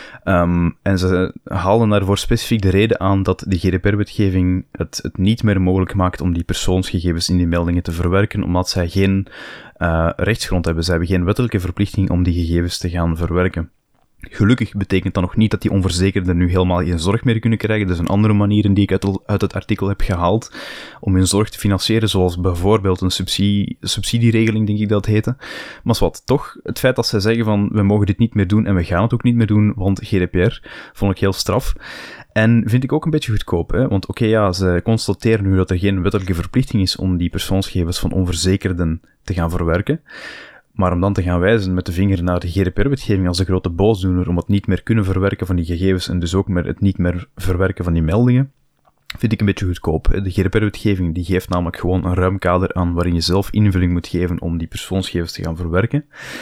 En ze haalden daarvoor specifiek de reden aan dat de GDPR-wetgeving het niet meer mogelijk maakt om die persoonsgegevens in die meldingen te verwerken, omdat zij geen rechtsgrond hebben. Zij hebben geen wettelijke verplichting om die gegevens te gaan verwerken. Gelukkig betekent dat nog niet dat die onverzekerden nu helemaal geen zorg meer kunnen krijgen. Er zijn andere manieren die ik uit het artikel heb gehaald om hun zorg te financieren, zoals bijvoorbeeld een subsidieregeling, denk ik dat heette. Maar wat, toch, het feit dat zij zeggen van, we mogen dit niet meer doen en we gaan het ook niet meer doen, want GDPR, vond ik heel straf. En vind ik ook een beetje goedkoop, hè? Want ze constateren nu dat er geen wettelijke verplichting is om die persoonsgegevens van onverzekerden te gaan verwerken. Maar om dan te gaan wijzen met de vinger naar de GDPR-wetgeving als de grote boosdoener om het niet meer kunnen verwerken van die gegevens en dus ook het niet meer verwerken van die meldingen, vind ik een beetje goedkoop. De GDPR-wetgeving die geeft namelijk gewoon een ruim kader aan waarin je zelf invulling moet geven om die persoonsgegevens te gaan verwerken.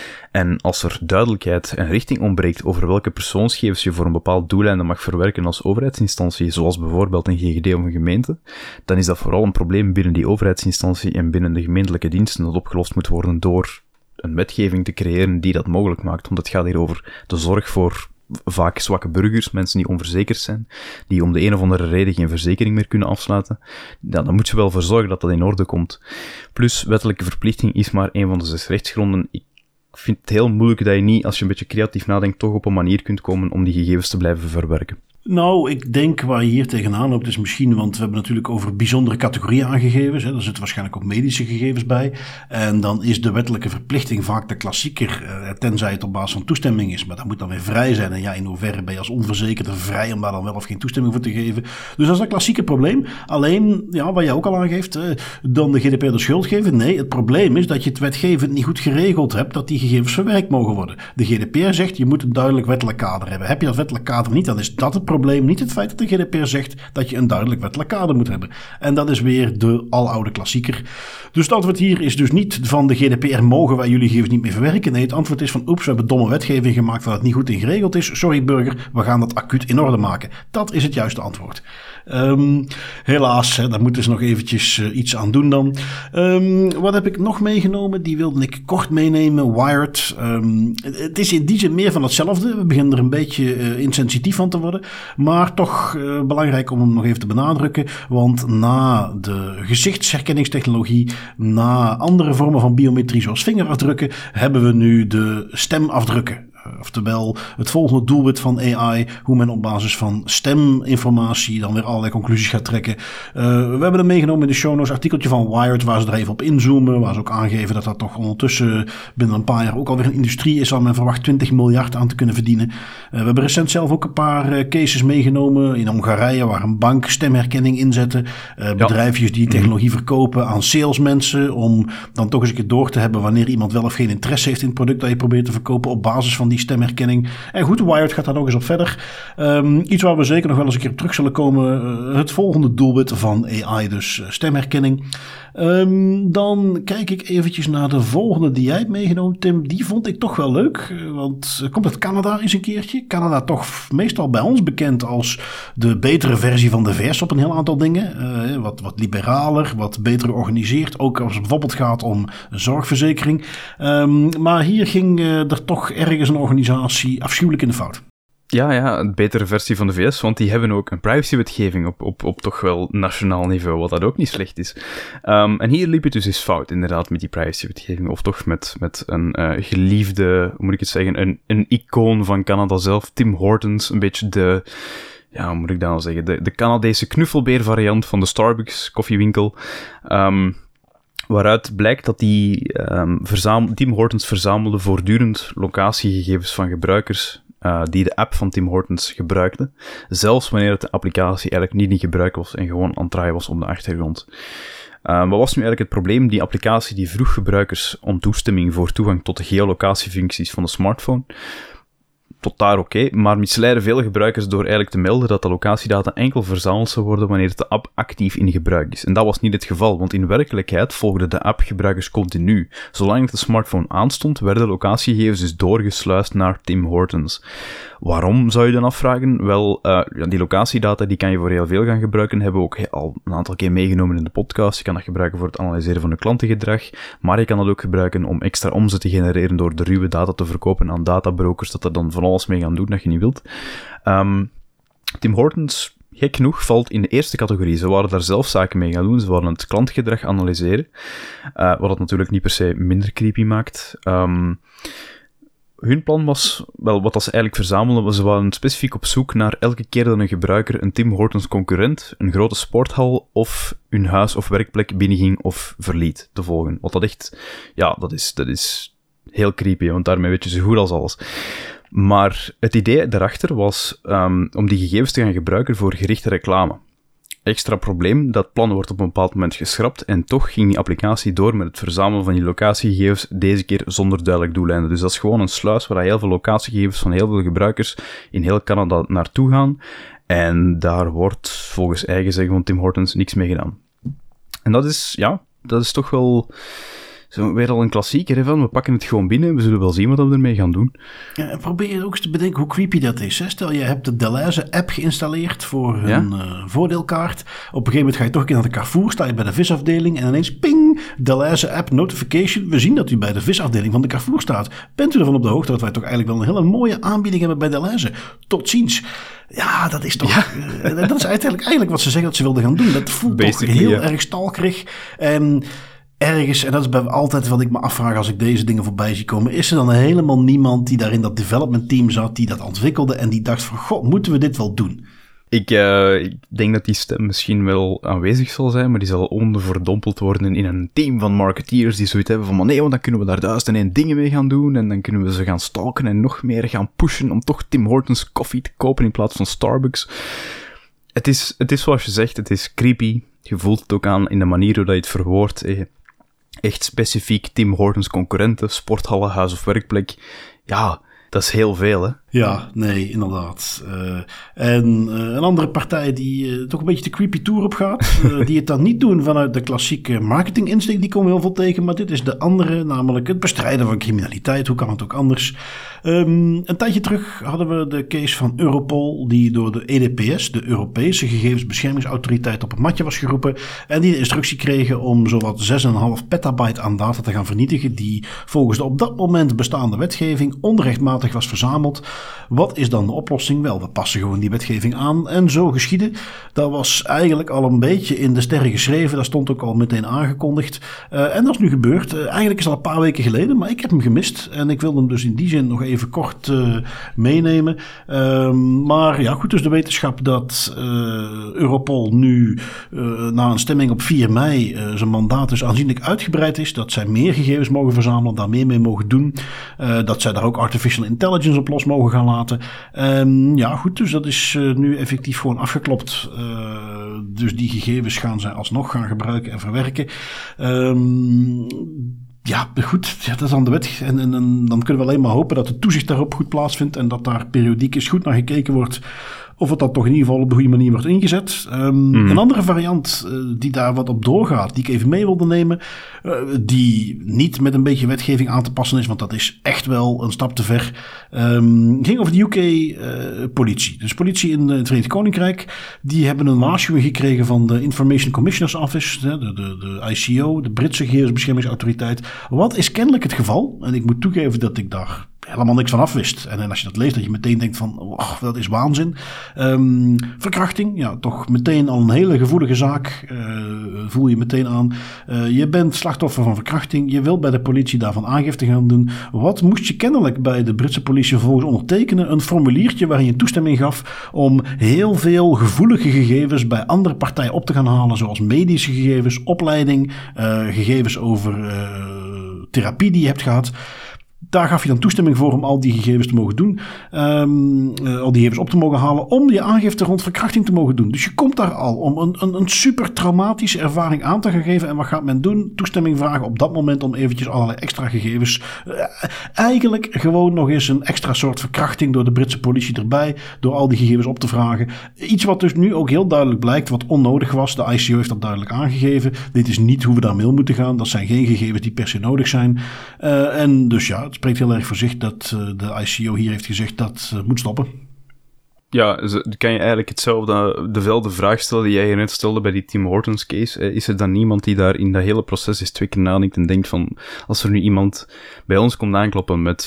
En als er duidelijkheid en richting ontbreekt over welke persoonsgegevens je voor een bepaald doeleinde mag verwerken als overheidsinstantie, zoals bijvoorbeeld een GGD of een gemeente, dan is dat vooral een probleem binnen die overheidsinstantie en binnen de gemeentelijke diensten dat opgelost moet worden door een wetgeving te creëren die dat mogelijk maakt. Want het gaat hier over de zorg voor vaak zwakke burgers, mensen die onverzekerd zijn, die om de een of andere reden geen verzekering meer kunnen afsluiten. Ja, dan moet je wel voor zorgen dat dat in orde komt. Plus, wettelijke verplichting is maar een van de 6 rechtsgronden. Ik vind het heel moeilijk dat je niet, als je een beetje creatief nadenkt, toch op een manier kunt komen om die gegevens te blijven verwerken. Nou, ik denk waar je hier tegenaan loopt is misschien, want we hebben natuurlijk over bijzondere categorieën aan gegevens. Daar zitten waarschijnlijk ook medische gegevens bij. En dan is de wettelijke verplichting vaak de klassieker, tenzij het op basis van toestemming is. Maar dat moet dan weer vrij zijn. En ja, in hoeverre ben je als onverzekerde vrij om daar dan wel of geen toestemming voor te geven. Dus dat is een klassieke probleem. Alleen, ja, wat jij ook al aangeeft, dan de GDPR de schuld geven. Nee, het probleem is dat je het wetgevend niet goed geregeld hebt dat die gegevens verwerkt mogen worden. De GDPR zegt, je moet een duidelijk wettelijk kader hebben. Heb je dat wettelijk kader niet, dan is dat het probleem, niet het feit dat de GDPR zegt dat je een duidelijk wettelijk kader moet hebben. En dat is weer de aloude klassieker. Dus het antwoord hier is dus niet van de GDPR mogen wij jullie gegevens niet meer verwerken. Nee, het antwoord is van oeps, we hebben domme wetgeving gemaakt waar het niet goed in geregeld is. Sorry burger, we gaan dat acuut in orde maken. Dat is het juiste antwoord. Helaas, daar moeten ze nog eventjes iets aan doen dan. Wat heb ik nog meegenomen? Die wilde ik kort meenemen. Wired. Het is in die zin meer van hetzelfde. We beginnen er een beetje insensitief van te worden. Maar toch belangrijk om hem nog even te benadrukken. Want na de gezichtsherkenningstechnologie, na andere vormen van biometrie zoals vingerafdrukken, hebben we nu de stemafdrukken. Oftewel het volgende doelwit van AI, hoe men op basis van steminformatie dan weer allerlei conclusies gaat trekken. We hebben hem meegenomen in de show notes, artikeltje van Wired, waar ze er even op inzoomen, waar ze ook aangeven dat dat toch ondertussen binnen een paar jaar ook alweer een industrie is waar men verwacht 20 miljard aan te kunnen verdienen. We hebben recent zelf ook een paar cases meegenomen in Hongarije, waar een bank stemherkenning inzette. Bedrijfjes die technologie verkopen aan salesmensen, om dan toch eens een keer door te hebben wanneer iemand wel of geen interesse heeft in het product dat je probeert te verkopen op basis van die stemherkenning. En goed, Wired gaat daar nog eens op verder. Iets waar we zeker nog wel eens een keer op terug zullen komen. Het volgende doelwit van AI, dus stemherkenning. Dan kijk ik eventjes naar de volgende die jij hebt meegenomen, Tim. Die vond ik toch wel leuk, want komt uit Canada eens een keertje. Canada toch meestal bij ons bekend als de betere versie van de VS op een heel aantal dingen. Wat liberaler, wat beter georganiseerd. Ook als het bijvoorbeeld gaat om zorgverzekering. Maar hier ging er toch ergens een organisatie afschuwelijk in de fout. Ja, een betere versie van de VS, want die hebben ook een privacywetgeving op toch wel nationaal niveau, wat dat ook niet slecht is. En hier liep het dus eens fout, inderdaad, met die privacywetgeving, of toch met een geliefde, hoe moet ik het zeggen, een icoon van Canada zelf, Tim Hortons, een beetje de, ja, hoe moet ik dat nou zeggen, de Canadese knuffelbeer variant van de Starbucks koffiewinkel. Waaruit blijkt dat Tim Hortons verzamelde voortdurend locatiegegevens van gebruikers die de app van Tim Hortons gebruikten, zelfs wanneer de applicatie eigenlijk niet in gebruik was en gewoon aan het draaien was op de achtergrond. Wat was nu eigenlijk het probleem? Die applicatie die vroeg gebruikers om toestemming voor toegang tot de geolocatiefuncties van de smartphone. Tot daar oké, maar misleiden veel gebruikers door eigenlijk te melden dat de locatiedata enkel verzameld zou worden wanneer de app actief in gebruik is. En dat was niet het geval, want in werkelijkheid volgden de appgebruikers continu. Zolang de smartphone aanstond, werden locatiegegevens dus doorgesluist naar Tim Hortons. Waarom, zou je dan afvragen? Wel, die locatiedata die kan je voor heel veel gaan gebruiken. Hebben we ook al een aantal keer meegenomen in de podcast. Je kan dat gebruiken voor het analyseren van je klantengedrag, maar je kan dat ook gebruiken om extra omzet te genereren door de ruwe data te verkopen aan databrokers, dat er dan van alles mee gaan doen dat je niet wilt. Tim Hortons, gek genoeg, valt in de eerste categorie. Ze waren daar zelf zaken mee gaan doen. Ze waren het klantgedrag analyseren, wat het natuurlijk niet per se minder creepy maakt. Hun plan was, wel, wat ze eigenlijk verzamelden, was ze waren specifiek op zoek naar elke keer dat een gebruiker een Tim Hortons concurrent, een grote sporthal of hun huis of werkplek binnenging of verliet te volgen. Wat dat echt, ja, dat is heel creepy, want daarmee weet je zo goed als alles. Maar het idee daarachter was om die gegevens te gaan gebruiken voor gerichte reclame. Extra probleem, dat plan wordt op een bepaald moment geschrapt en toch ging die applicatie door met het verzamelen van die locatiegegevens, deze keer zonder duidelijk doeleinde. Dus dat is gewoon een sluis waar heel veel locatiegegevens van heel veel gebruikers in heel Canada naartoe gaan. En daar wordt volgens eigen zeggen van Tim Hortons niks mee gedaan. En dat is toch wel weer al een klassieker, hè, van we pakken het gewoon binnen, we zullen wel zien wat we ermee gaan doen. Ja, en probeer je ook eens te bedenken hoe creepy dat is. Hè? Stel, je hebt de Delhaize-app geïnstalleerd voor een voordeelkaart. Op een gegeven moment ga je toch een keer naar de Carrefour, sta je bij de visafdeling en ineens ping, Delhaize-app notification. We zien dat u bij de visafdeling van de Carrefour staat. Bent u ervan op de hoogte dat wij toch eigenlijk wel een hele mooie aanbieding hebben bij Delhaize? Tot ziens. Ja, dat is toch... Ja. Dat is eigenlijk wat ze zeggen dat ze wilden gaan doen. Dat voelt basically, toch heel erg stalkerig. En ergens, en dat is bij altijd wat ik me afvraag als ik deze dingen voorbij zie komen, is er dan helemaal niemand die daar in dat development team zat, die dat ontwikkelde en die dacht van, goh, moeten we dit wel doen? Ik denk dat die stem misschien wel aanwezig zal zijn, maar die zal onderverdompeld worden in een team van marketeers die zoiets hebben van, nee, want dan kunnen we daar 1001 dingen mee gaan doen en dan kunnen we ze gaan stalken en nog meer gaan pushen om toch Tim Hortons koffie te kopen in plaats van Starbucks. Het is zoals je zegt, het is creepy. Je voelt het ook aan in de manier hoe dat je het verwoordt. Echt specifiek Tim Hortons concurrenten, sporthallen, huis of werkplek. Ja, dat is heel veel, hè? Ja, nee, inderdaad. En een andere partij die toch een beetje de creepy tour op gaat, die het dan niet doen vanuit de klassieke marketing insteek, die komen we heel veel tegen, maar dit is de andere, namelijk het bestrijden van criminaliteit. Hoe kan het ook anders? Een tijdje terug hadden we de case van Europol, die door de EDPS, de Europese Gegevensbeschermingsautoriteit, op het matje was geroepen en die de instructie kregen om zowat 6,5 petabyte aan data te gaan vernietigen, die volgens de op dat moment bestaande wetgeving onrechtmatig was verzameld Wat is dan de oplossing? Wel, we passen gewoon die wetgeving aan en zo geschieden. Dat was eigenlijk al een beetje in de sterren geschreven. Dat stond ook al meteen aangekondigd. En dat is nu gebeurd. Eigenlijk is dat een paar weken geleden, maar ik heb hem gemist. En ik wilde hem dus in die zin nog even kort meenemen. Maar ja, goed, dus de wetenschap dat Europol nu na een stemming op 4 mei zijn mandaat dus aanzienlijk uitgebreid is. Dat zij meer gegevens mogen verzamelen, daar meer mee mogen doen. Dat zij daar ook artificial intelligence op los mogen gaan laten. Ja, goed, dus dat is nu effectief gewoon afgeklopt. Dus die gegevens gaan zij alsnog gaan gebruiken en verwerken. Ja, goed, ja, dat is dan de wet. En dan kunnen we alleen maar hopen dat de toezicht daarop goed plaatsvindt en dat daar periodiek eens goed naar gekeken wordt of het dan toch in ieder geval op de goede manier wordt ingezet. Een andere variant die daar wat op doorgaat, die ik even mee wilde nemen, die niet met een beetje wetgeving aan te passen is, want dat is echt wel een stap te ver, ging over de UK-politie. Dus politie in het Verenigd Koninkrijk, die hebben een waarschuwing gekregen van de Information Commissioner's Office, de ICO, de Britse gegevensbeschermingsautoriteit. Wat is kennelijk het geval? En ik moet toegeven dat ik daar helemaal niks van afwist. En als je dat leest, dat je meteen denkt van, oh, dat is waanzin. Verkrachting, ja, toch meteen al een hele gevoelige zaak. Voel je meteen aan. Je bent slachtoffer van verkrachting. Je wilt bij de politie daarvan aangifte gaan doen. Wat moest je kennelijk bij de Britse politie vervolgens ondertekenen? Een formuliertje waarin je toestemming gaf om heel veel gevoelige gegevens bij andere partijen op te gaan halen, zoals medische gegevens, opleiding, gegevens over therapie die je hebt gehad. Daar gaf je dan toestemming voor om al die gegevens te mogen doen. Al die gegevens op te mogen halen. Om je aangifte rond verkrachting te mogen doen. Dus je komt daar al om een super traumatische ervaring aan te gaan geven. En wat gaat men doen? Toestemming vragen op dat moment om eventjes allerlei extra gegevens. Eigenlijk gewoon nog eens een extra soort verkrachting door de Britse politie erbij. Door al die gegevens op te vragen. Iets wat dus nu ook heel duidelijk blijkt wat onnodig was. De ICO heeft dat duidelijk aangegeven. Dit is niet hoe we daarmee om moeten gaan. Dat zijn geen gegevens die per se nodig zijn. En dus ja, het spreekt heel erg voor zich dat de ICO hier heeft gezegd dat moet stoppen. Ja, kan je eigenlijk dezelfde vraag stellen die jij hier net stelde bij die Tim Hortons case. Is er dan niemand die daar in dat hele proces eens 2 keer nadenkt en denkt van, als er nu iemand bij ons komt aankloppen met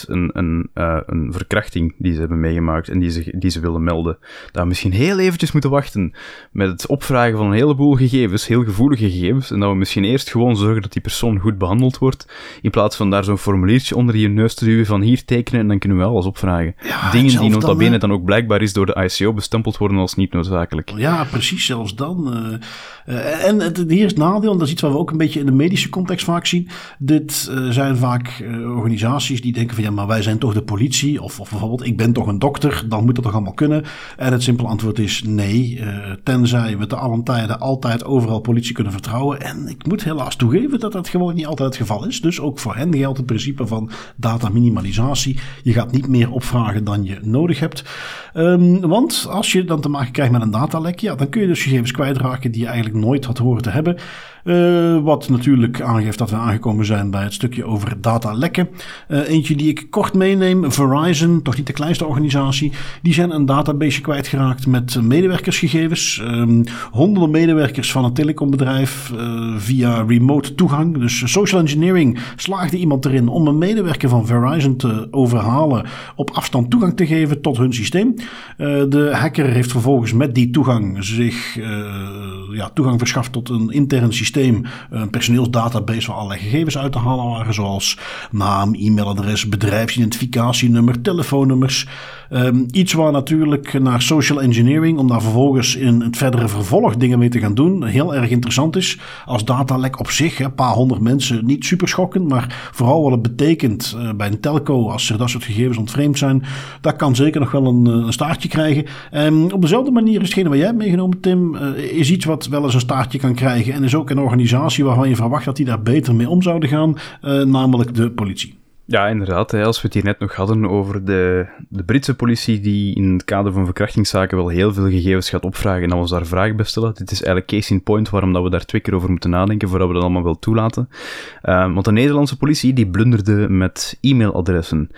een verkrachting die ze hebben meegemaakt en die ze willen melden, dat we misschien heel eventjes moeten wachten met het opvragen van een heleboel gegevens, heel gevoelige gegevens, en dat we misschien eerst gewoon zorgen dat die persoon goed behandeld wordt, in plaats van daar zo'n formuliertje onder je neus te duwen van hier tekenen en dan kunnen we alles opvragen. Ja, dingen die nota bene dan ook blijkbaar is door de ICO bestempeld worden als niet noodzakelijk. Ja, precies, zelfs dan. En hier is het nadeel, en dat is iets wat we ook een beetje in de medische context vaak zien. Dit zijn vaak organisaties die denken van ja, maar wij zijn toch de politie, of bijvoorbeeld ik ben toch een dokter, dan moet dat toch allemaal kunnen. En het simpele antwoord is nee, tenzij we te allen tijden altijd overal politie kunnen vertrouwen. En ik moet helaas toegeven dat dat gewoon niet altijd het geval is. Dus ook voor hen geldt het principe van dataminimalisatie. Je gaat niet meer opvragen dan je nodig hebt. Want als je dan te maken krijgt met een datalek, ja, dan kun je dus gegevens kwijtraken die je eigenlijk nooit had horen te hebben. Wat natuurlijk aangeeft dat we aangekomen zijn bij het stukje over datalekken. Eentje die ik kort meeneem, Verizon, toch niet de kleinste organisatie, die zijn een database kwijtgeraakt met medewerkersgegevens. Honderden medewerkers van een telecombedrijf via remote toegang. Dus social engineering slaagde iemand erin om een medewerker van Verizon te overhalen op afstand toegang te geven tot hun systeem. De hacker heeft vervolgens met die toegang zich toegang verschaft tot een intern systeem. Een personeelsdatabase waar allerlei gegevens uit te halen waren, zoals naam, e-mailadres, bedrijfsidentificatienummer, telefoonnummers. Iets waar natuurlijk naar social engineering, om daar vervolgens in het verdere vervolg dingen mee te gaan doen, heel erg interessant is. Als datalek op zich, een paar honderd mensen, niet super schokkend, maar vooral wat het betekent bij een telco, als er dat soort gegevens ontvreemd zijn, dat kan zeker nog wel een staartje krijgen. Op dezelfde manier is hetgene wat jij hebt meegenomen, Tim, is iets wat wel eens een staartje kan krijgen en is ook een organisatie waarvan je verwacht dat die daar beter mee om zouden gaan, namelijk de politie. Ja, inderdaad. Als we het hier net nog hadden over de Britse politie die in het kader van verkrachtingszaken wel heel veel gegevens gaat opvragen en dat we ons daar vragen bij stellen. Dit is eigenlijk case in point waarom dat we daar 2 keer over moeten nadenken voordat we dat allemaal wel toelaten. Want de Nederlandse politie die blunderde met e-mailadressen.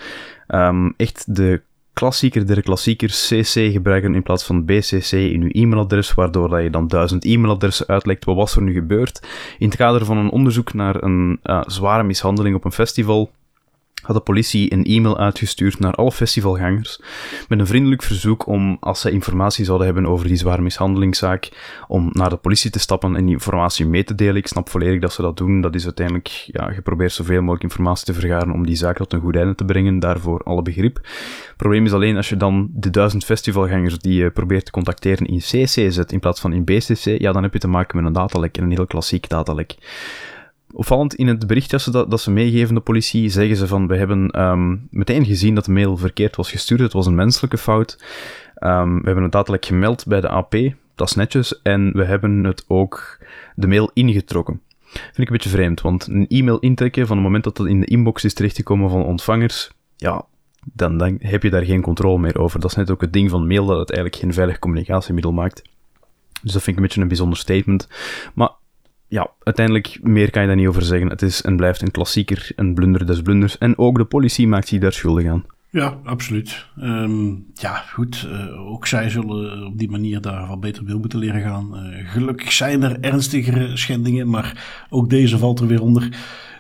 Echt de klassieker der klassiekers, CC gebruiken in plaats van BCC in uw e-mailadres, waardoor dat je dan 1000 e-mailadressen uitlekt. Wat was er nu gebeurd? In het kader van een onderzoek naar een zware mishandeling op een festival had de politie een e-mail uitgestuurd naar alle festivalgangers met een vriendelijk verzoek om, als zij informatie zouden hebben over die zware mishandelingszaak, om naar de politie te stappen en die informatie mee te delen. Ik snap volledig dat ze dat doen. Dat is uiteindelijk geprobeerd zoveel mogelijk informatie te vergaren om die zaak tot een goed einde te brengen. Daarvoor alle begrip. Het probleem is alleen als je dan de 1000 festivalgangers die je probeert te contacteren in CC zet in plaats van in BCC, dan heb je te maken met een datalek en een heel klassiek datalek. Opvallend in het bericht dat ze meegeven, de politie, zeggen ze van, we hebben meteen gezien dat de mail verkeerd was gestuurd. Het was een menselijke fout. We hebben het datalek gemeld bij de AP. Dat is netjes. En we hebben het ook de mail ingetrokken. Vind ik een beetje vreemd, want een e-mail intrekken van het moment dat het in de inbox is terechtgekomen van ontvangers, dan heb je daar geen controle meer over. Dat is net ook het ding van mail, dat het eigenlijk geen veilig communicatiemiddel maakt. Dus dat vind ik een beetje een bijzonder statement. Maar uiteindelijk, meer kan je daar niet over zeggen. Het is en blijft een klassieker, een blunder des blunders. En ook de politie maakt zich daar schuldig aan. Ja, absoluut. Goed. Ook zij zullen op die manier daar wel beter mee moeten leren gaan. Gelukkig zijn er ernstigere schendingen, maar ook deze valt er weer onder.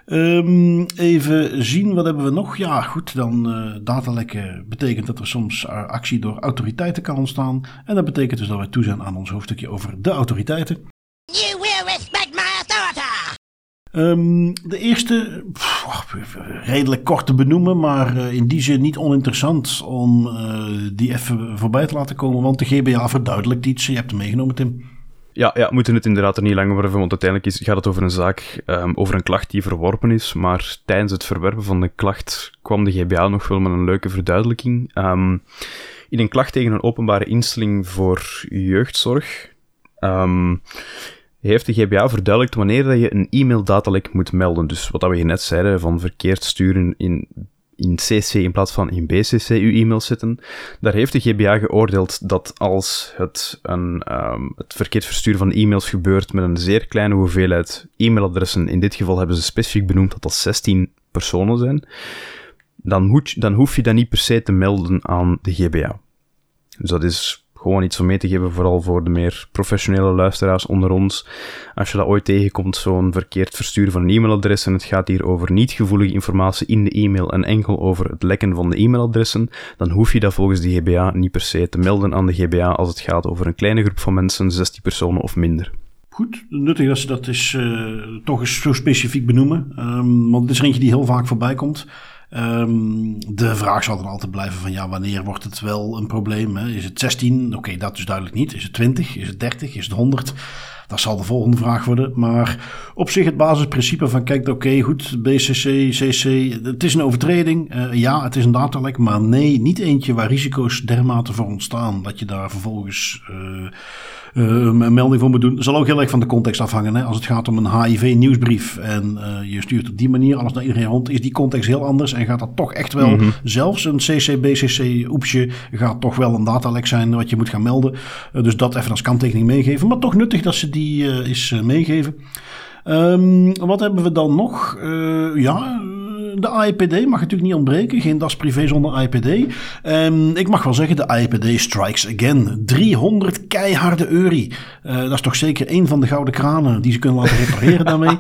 Even zien, wat hebben we nog? Ja, goed, dan datalekken betekent dat er soms actie door autoriteiten kan ontstaan. En dat betekent dus dat wij toe zijn aan ons hoofdstukje over de autoriteiten. You will respect my authority! De eerste, redelijk kort te benoemen, maar in die zin niet oninteressant om die even voorbij te laten komen, want de GBA verduidelijkt iets. Je hebt hem meegenomen, Tim. Ja, we moeten het inderdaad er niet lang over hebben, want uiteindelijk gaat het over een zaak, over een klacht die verworpen is, maar tijdens het verwerpen van de klacht kwam de GBA nog wel met een leuke verduidelijking. In een klacht tegen een openbare instelling voor jeugdzorg heeft de GBA verduidelijkt wanneer je een e-mail-datalek moet melden. Dus wat we hier net zeiden, van verkeerd sturen in CC in plaats van in BCC uw e-mail zetten. Daar heeft de GBA geoordeeld dat als het verkeerd versturen van e-mails gebeurt met een zeer kleine hoeveelheid e-mailadressen, in dit geval hebben ze specifiek benoemd dat dat 16 personen zijn, dan hoef je dat niet per se te melden aan de GBA. Dus dat is gewoon iets om mee te geven, vooral voor de meer professionele luisteraars onder ons. Als je dat ooit tegenkomt, zo'n verkeerd versturen van een e-mailadres, en het gaat hier over niet gevoelige informatie in de e-mail en enkel over het lekken van de e-mailadressen, dan hoef je dat volgens de GBA niet per se te melden aan de GBA als het gaat over een kleine groep van mensen, 16 personen of minder. Goed, nuttig dat ze dat is, toch eens zo specifiek benoemen, want het is er eentje die heel vaak voorbij komt. De vraag zal dan altijd blijven van wanneer wordt het wel een probleem? Hè? Is het 16? Oké, dat is duidelijk niet. Is het 20? Is het 30? Is het 100? Dat zal de volgende vraag worden. Maar op zich het basisprincipe van kijk, goed, BCC, CC, het is een overtreding. Het is een datalek, maar nee, niet eentje waar risico's dermate voor ontstaan dat je daar vervolgens een melding voor moet doen. Dat zal ook heel erg van de context afhangen. Hè? Als het gaat om een HIV-nieuwsbrief en je stuurt op die manier alles naar iedereen rond, is die context heel anders en gaat dat toch echt wel, zelfs een CC-BCC-oepsje gaat toch wel een datalek zijn wat je moet gaan melden. Dus dat even als kanttekening meegeven. Maar toch nuttig dat ze die is meegeven. Wat hebben we dan nog? De AIPD mag natuurlijk niet ontbreken. Geen DAS privé zonder AIPD. Ik mag wel zeggen, de AIPD strikes again. 300 keiharde eurie. Dat is toch zeker een van de gouden kranen die ze kunnen laten repareren daarmee.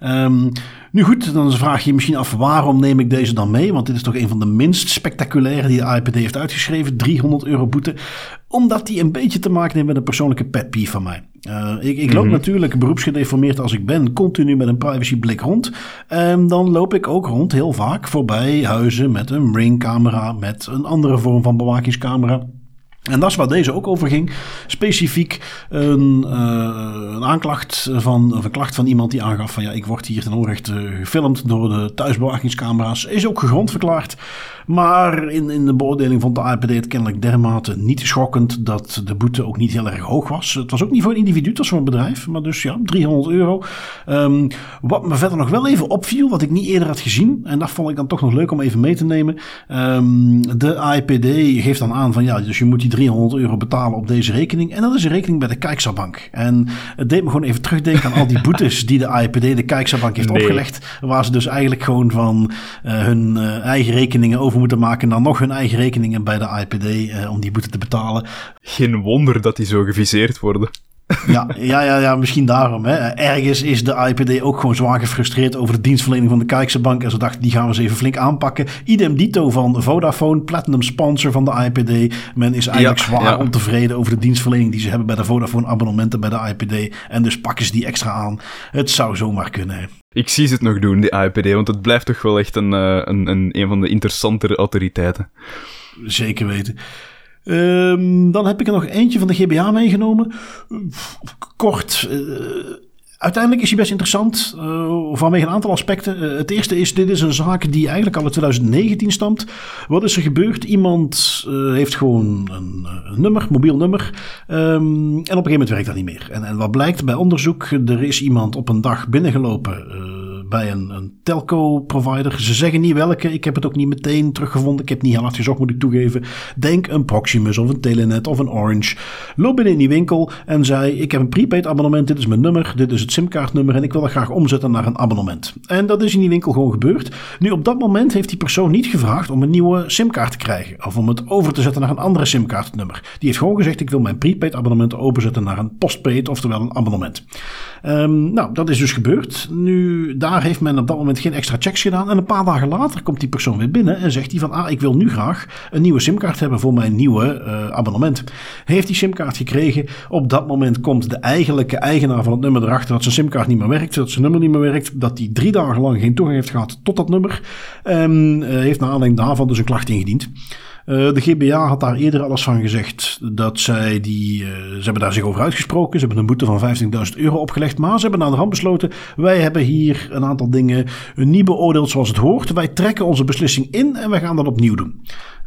Nu goed, dan vraag je je misschien af waarom neem ik deze dan mee? Want dit is toch een van de minst spectaculaire die de AIPD heeft uitgeschreven. 300 euro boete. Omdat die een beetje te maken heeft met een persoonlijke pet peeve van mij. Ik loop natuurlijk beroepsgedeformeerd als ik ben continu met een privacyblik rond. Dan loop ik ook rond heel vaak voorbij huizen met een ringcamera, met een andere vorm van bewakingscamera. En dat is waar deze ook over ging. Specifiek een aanklacht of een klacht van iemand die aangaf van ik word hier ten onrechte gefilmd door de thuisbewakingscamera's. Is ook gegrond verklaard. Maar in de beoordeling vond de AIPD het kennelijk dermate niet schokkend dat de boete ook niet heel erg hoog was. Het was ook niet voor een individu, het was voor een bedrijf. Maar dus 300 euro. Wat me verder nog wel even opviel, wat ik niet eerder had gezien. En dat vond ik dan toch nog leuk om even mee te nemen. De AIPD geeft dan aan van dus je moet die 300 euro betalen op deze rekening. En dat is een rekening bij de Kijkserbank. En het deed me gewoon even terugdenken aan al die boetes die de AIPD de Kijkserbank heeft opgelegd. Waar ze dus eigenlijk gewoon van hun eigen rekeningen over moeten maken. Dan nog hun eigen rekeningen bij de AIPD om die boete te betalen. Geen wonder dat die zo geviseerd worden. Ja, misschien daarom. Hè. Ergens is de AIPD ook gewoon zwaar gefrustreerd over de dienstverlening van de Kijkse Bank. En ze dachten, die gaan we eens even flink aanpakken. Idem dito van Vodafone, platinum sponsor van de AIPD. Men is eigenlijk zwaar ontevreden over de dienstverlening die ze hebben bij de Vodafone abonnementen bij de AIPD. En dus pakken ze die extra aan. Het zou zomaar kunnen. Hè. Ik zie ze het nog doen, die AIPD, want het blijft toch wel echt een van de interessantere autoriteiten. Zeker weten. Dan heb ik er nog eentje van de GBA meegenomen. Kort. Uiteindelijk is hij best interessant vanwege een aantal aspecten. Het eerste is, dit is een zaak die eigenlijk al in 2019 stamt. Wat is er gebeurd? Iemand heeft gewoon een nummer, mobiel nummer. En op een gegeven moment werkt dat niet meer. En wat blijkt bij onderzoek? Er is iemand op een dag binnengelopen bij een telco-provider. Ze zeggen niet welke. Ik heb het ook niet meteen teruggevonden. Ik heb niet heel hard gezocht, moet ik toegeven. Denk een Proximus of een Telenet of een Orange. Loop binnen in die winkel en zei, ik heb een prepaid abonnement. Dit is mijn nummer. Dit is het simkaartnummer en ik wil dat graag omzetten naar een abonnement. En dat is in die winkel gewoon gebeurd. Nu, op dat moment heeft die persoon niet gevraagd om een nieuwe simkaart te krijgen. Of om het over te zetten naar een andere simkaartnummer. Die heeft gewoon gezegd, ik wil mijn prepaid abonnement overzetten naar een postpaid, oftewel een abonnement. Nou, dat is dus gebeurd. Nu, daar heeft men op dat moment geen extra checks gedaan. En een paar dagen later komt die persoon weer binnen en zegt hij van, ik wil nu graag een nieuwe simkaart hebben voor mijn nieuwe abonnement. Heeft die simkaart gekregen. Op dat moment komt de eigenlijke eigenaar van het nummer erachter dat zijn simkaart niet meer werkt, dat zijn nummer niet meer werkt, dat hij 3 dagen lang geen toegang heeft gehad tot dat nummer. Heeft naar aanleiding daarvan dus een klacht ingediend. De GBA had daar eerder alles van gezegd dat ze hebben daar zich over uitgesproken. Ze hebben een boete van €15.000 opgelegd. Maar ze hebben aan de hand besloten, wij hebben hier een aantal dingen niet beoordeeld zoals het hoort. Wij trekken onze beslissing in en wij gaan dat opnieuw doen.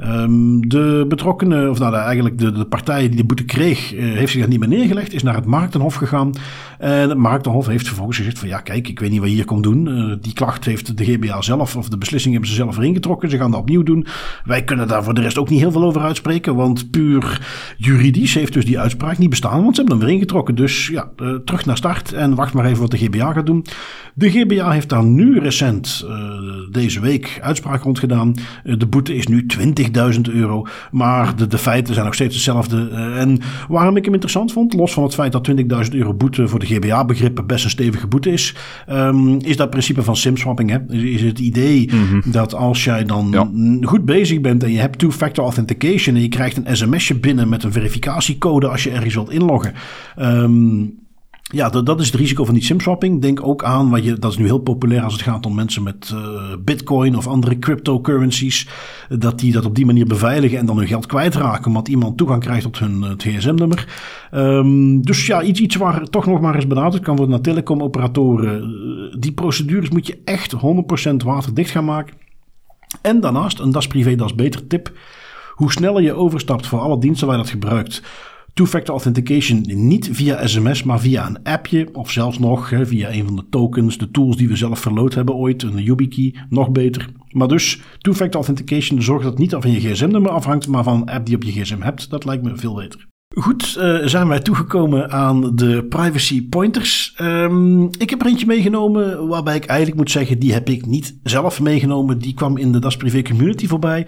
De betrokkenen, of eigenlijk de partij die de boete kreeg, heeft zich daar niet meer neergelegd. Is naar het Marktenhof gegaan. En het Marktenhof heeft vervolgens gezegd van, ja kijk, ik weet niet wat je hier komt doen. Die klacht heeft de GBA zelf, of de beslissing hebben ze zelf erin getrokken. Ze gaan dat opnieuw doen. Wij kunnen daar voor de rest ook niet heel veel over uitspreken. Want puur juridisch heeft dus die uitspraak niet bestaan. Want ze hebben hem erin getrokken. Dus ja, terug naar start. En wacht maar even wat de GBA gaat doen. De GBA heeft daar nu recent deze week uitspraak rond gedaan. De boete is nu €20.000. Maar de feiten zijn nog steeds hetzelfde. En waarom ik hem interessant vond, los van het feit dat €20.000 boete voor de GBA-begrippen best een stevige boete is dat principe van simswapping. Hè? Is het idee dat als jij dan goed bezig bent en je hebt two-factor authentication en je krijgt een sms'je binnen met een verificatiecode als je ergens wilt inloggen. Ja, dat is het risico van die simswapping. Denk ook aan, dat is nu heel populair als het gaat om mensen met bitcoin of andere cryptocurrencies. Dat die dat op die manier beveiligen en dan hun geld kwijtraken omdat iemand toegang krijgt tot hun gsm-nummer. Dus ja, iets waar toch nog maar eens benadrukt kan worden naar telecomoperatoren. Die procedures moet je echt 100% waterdicht gaan maken. En daarnaast, een das privé, das beter tip. Hoe sneller je overstapt voor alle diensten waar je dat gebruikt. Two-factor authentication niet via sms, maar via een appje. Of zelfs nog via een van de tokens, de tools die we zelf verloot hebben ooit. Een YubiKey, nog beter. Maar dus, two-factor authentication zorgt dat het niet van je gsm-nummer afhangt, maar van een app die op je gsm hebt. Dat lijkt me veel beter. Goed, zijn wij toegekomen aan de privacy pointers. Ik heb er eentje meegenomen waarbij ik eigenlijk moet zeggen, die heb ik niet zelf meegenomen. Die kwam in de Das Privé community voorbij.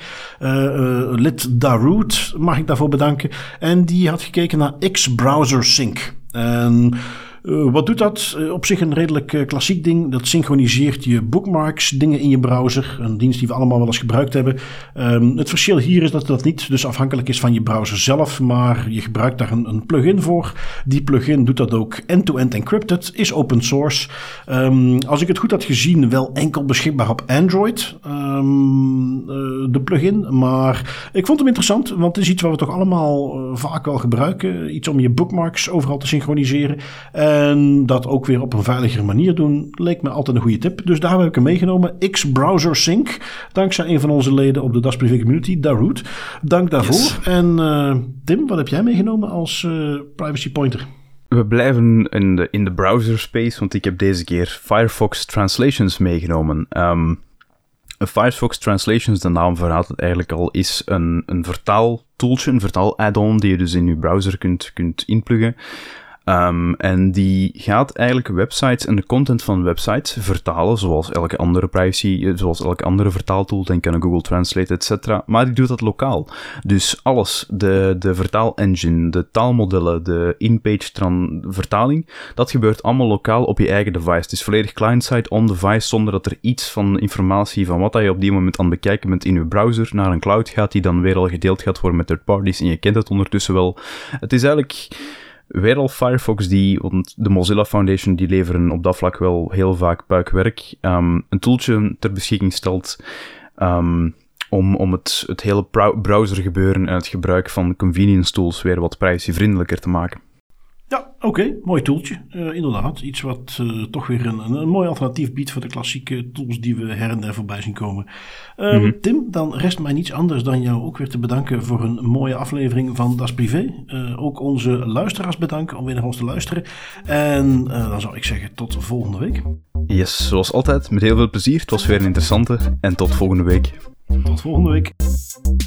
Lid Darude, mag ik daarvoor bedanken. En die had gekeken naar X-Browser Sync. Wat doet dat? Op zich een redelijk klassiek ding. Dat synchroniseert je bookmarks, dingen in je browser. Een dienst die we allemaal wel eens gebruikt hebben. Het verschil hier is dat dat niet dus afhankelijk is van je browser zelf. Maar je gebruikt daar een plugin voor. Die plugin doet dat ook end-to-end encrypted. Is open source. Als ik het goed had gezien, wel enkel beschikbaar op Android. De plugin. Maar ik vond hem interessant. Want het is iets wat we toch allemaal vaak wel gebruiken. Iets om je bookmarks overal te synchroniseren. En dat ook weer op een veiligere manier doen, leek me altijd een goede tip. Dus daar heb ik hem meegenomen. X-Browser Sync. Dankzij een van onze leden op de Das Privé community, Darude. Dank daarvoor. Yes. En Tim, wat heb jij meegenomen als privacy pointer? We blijven in de browser space, want ik heb deze keer Firefox Translations meegenomen. Firefox Translations, de naam verraadt het eigenlijk al, is een vertaaltooltje, een vertaal add-on die je dus in je browser kunt inpluggen. En die gaat eigenlijk websites en de content van websites vertalen, zoals elke andere vertaaltool, denk aan een Google Translate, etc. Maar die doet dat lokaal. Dus alles, de vertaalengine, de taalmodellen, de in-page vertaling, dat gebeurt allemaal lokaal op je eigen device. Het is volledig client-side on-device, zonder dat er iets van informatie van wat je op die moment aan het bekijken bent in je browser naar een cloud gaat, die dan weer al gedeeld gaat worden met third parties, en je kent het ondertussen wel. Het is eigenlijk weer al Firefox want de Mozilla Foundation die leveren op dat vlak wel heel vaak puikwerk, een tooltje ter beschikking stelt om het hele browsergebeuren en het gebruik van convenience tools weer wat privacyvriendelijker te maken. Ja, oké, mooi toeltje. Inderdaad, iets wat toch weer een mooi alternatief biedt voor de klassieke tools die we her en der voorbij zien komen. Tim, dan rest mij niets anders dan jou ook weer te bedanken voor een mooie aflevering van Das Privé. Ook onze luisteraars bedanken om weer naar ons te luisteren. En dan zou ik zeggen tot volgende week. Yes, zoals altijd, met heel veel plezier. Het was weer een interessante. En tot volgende week. Tot volgende week.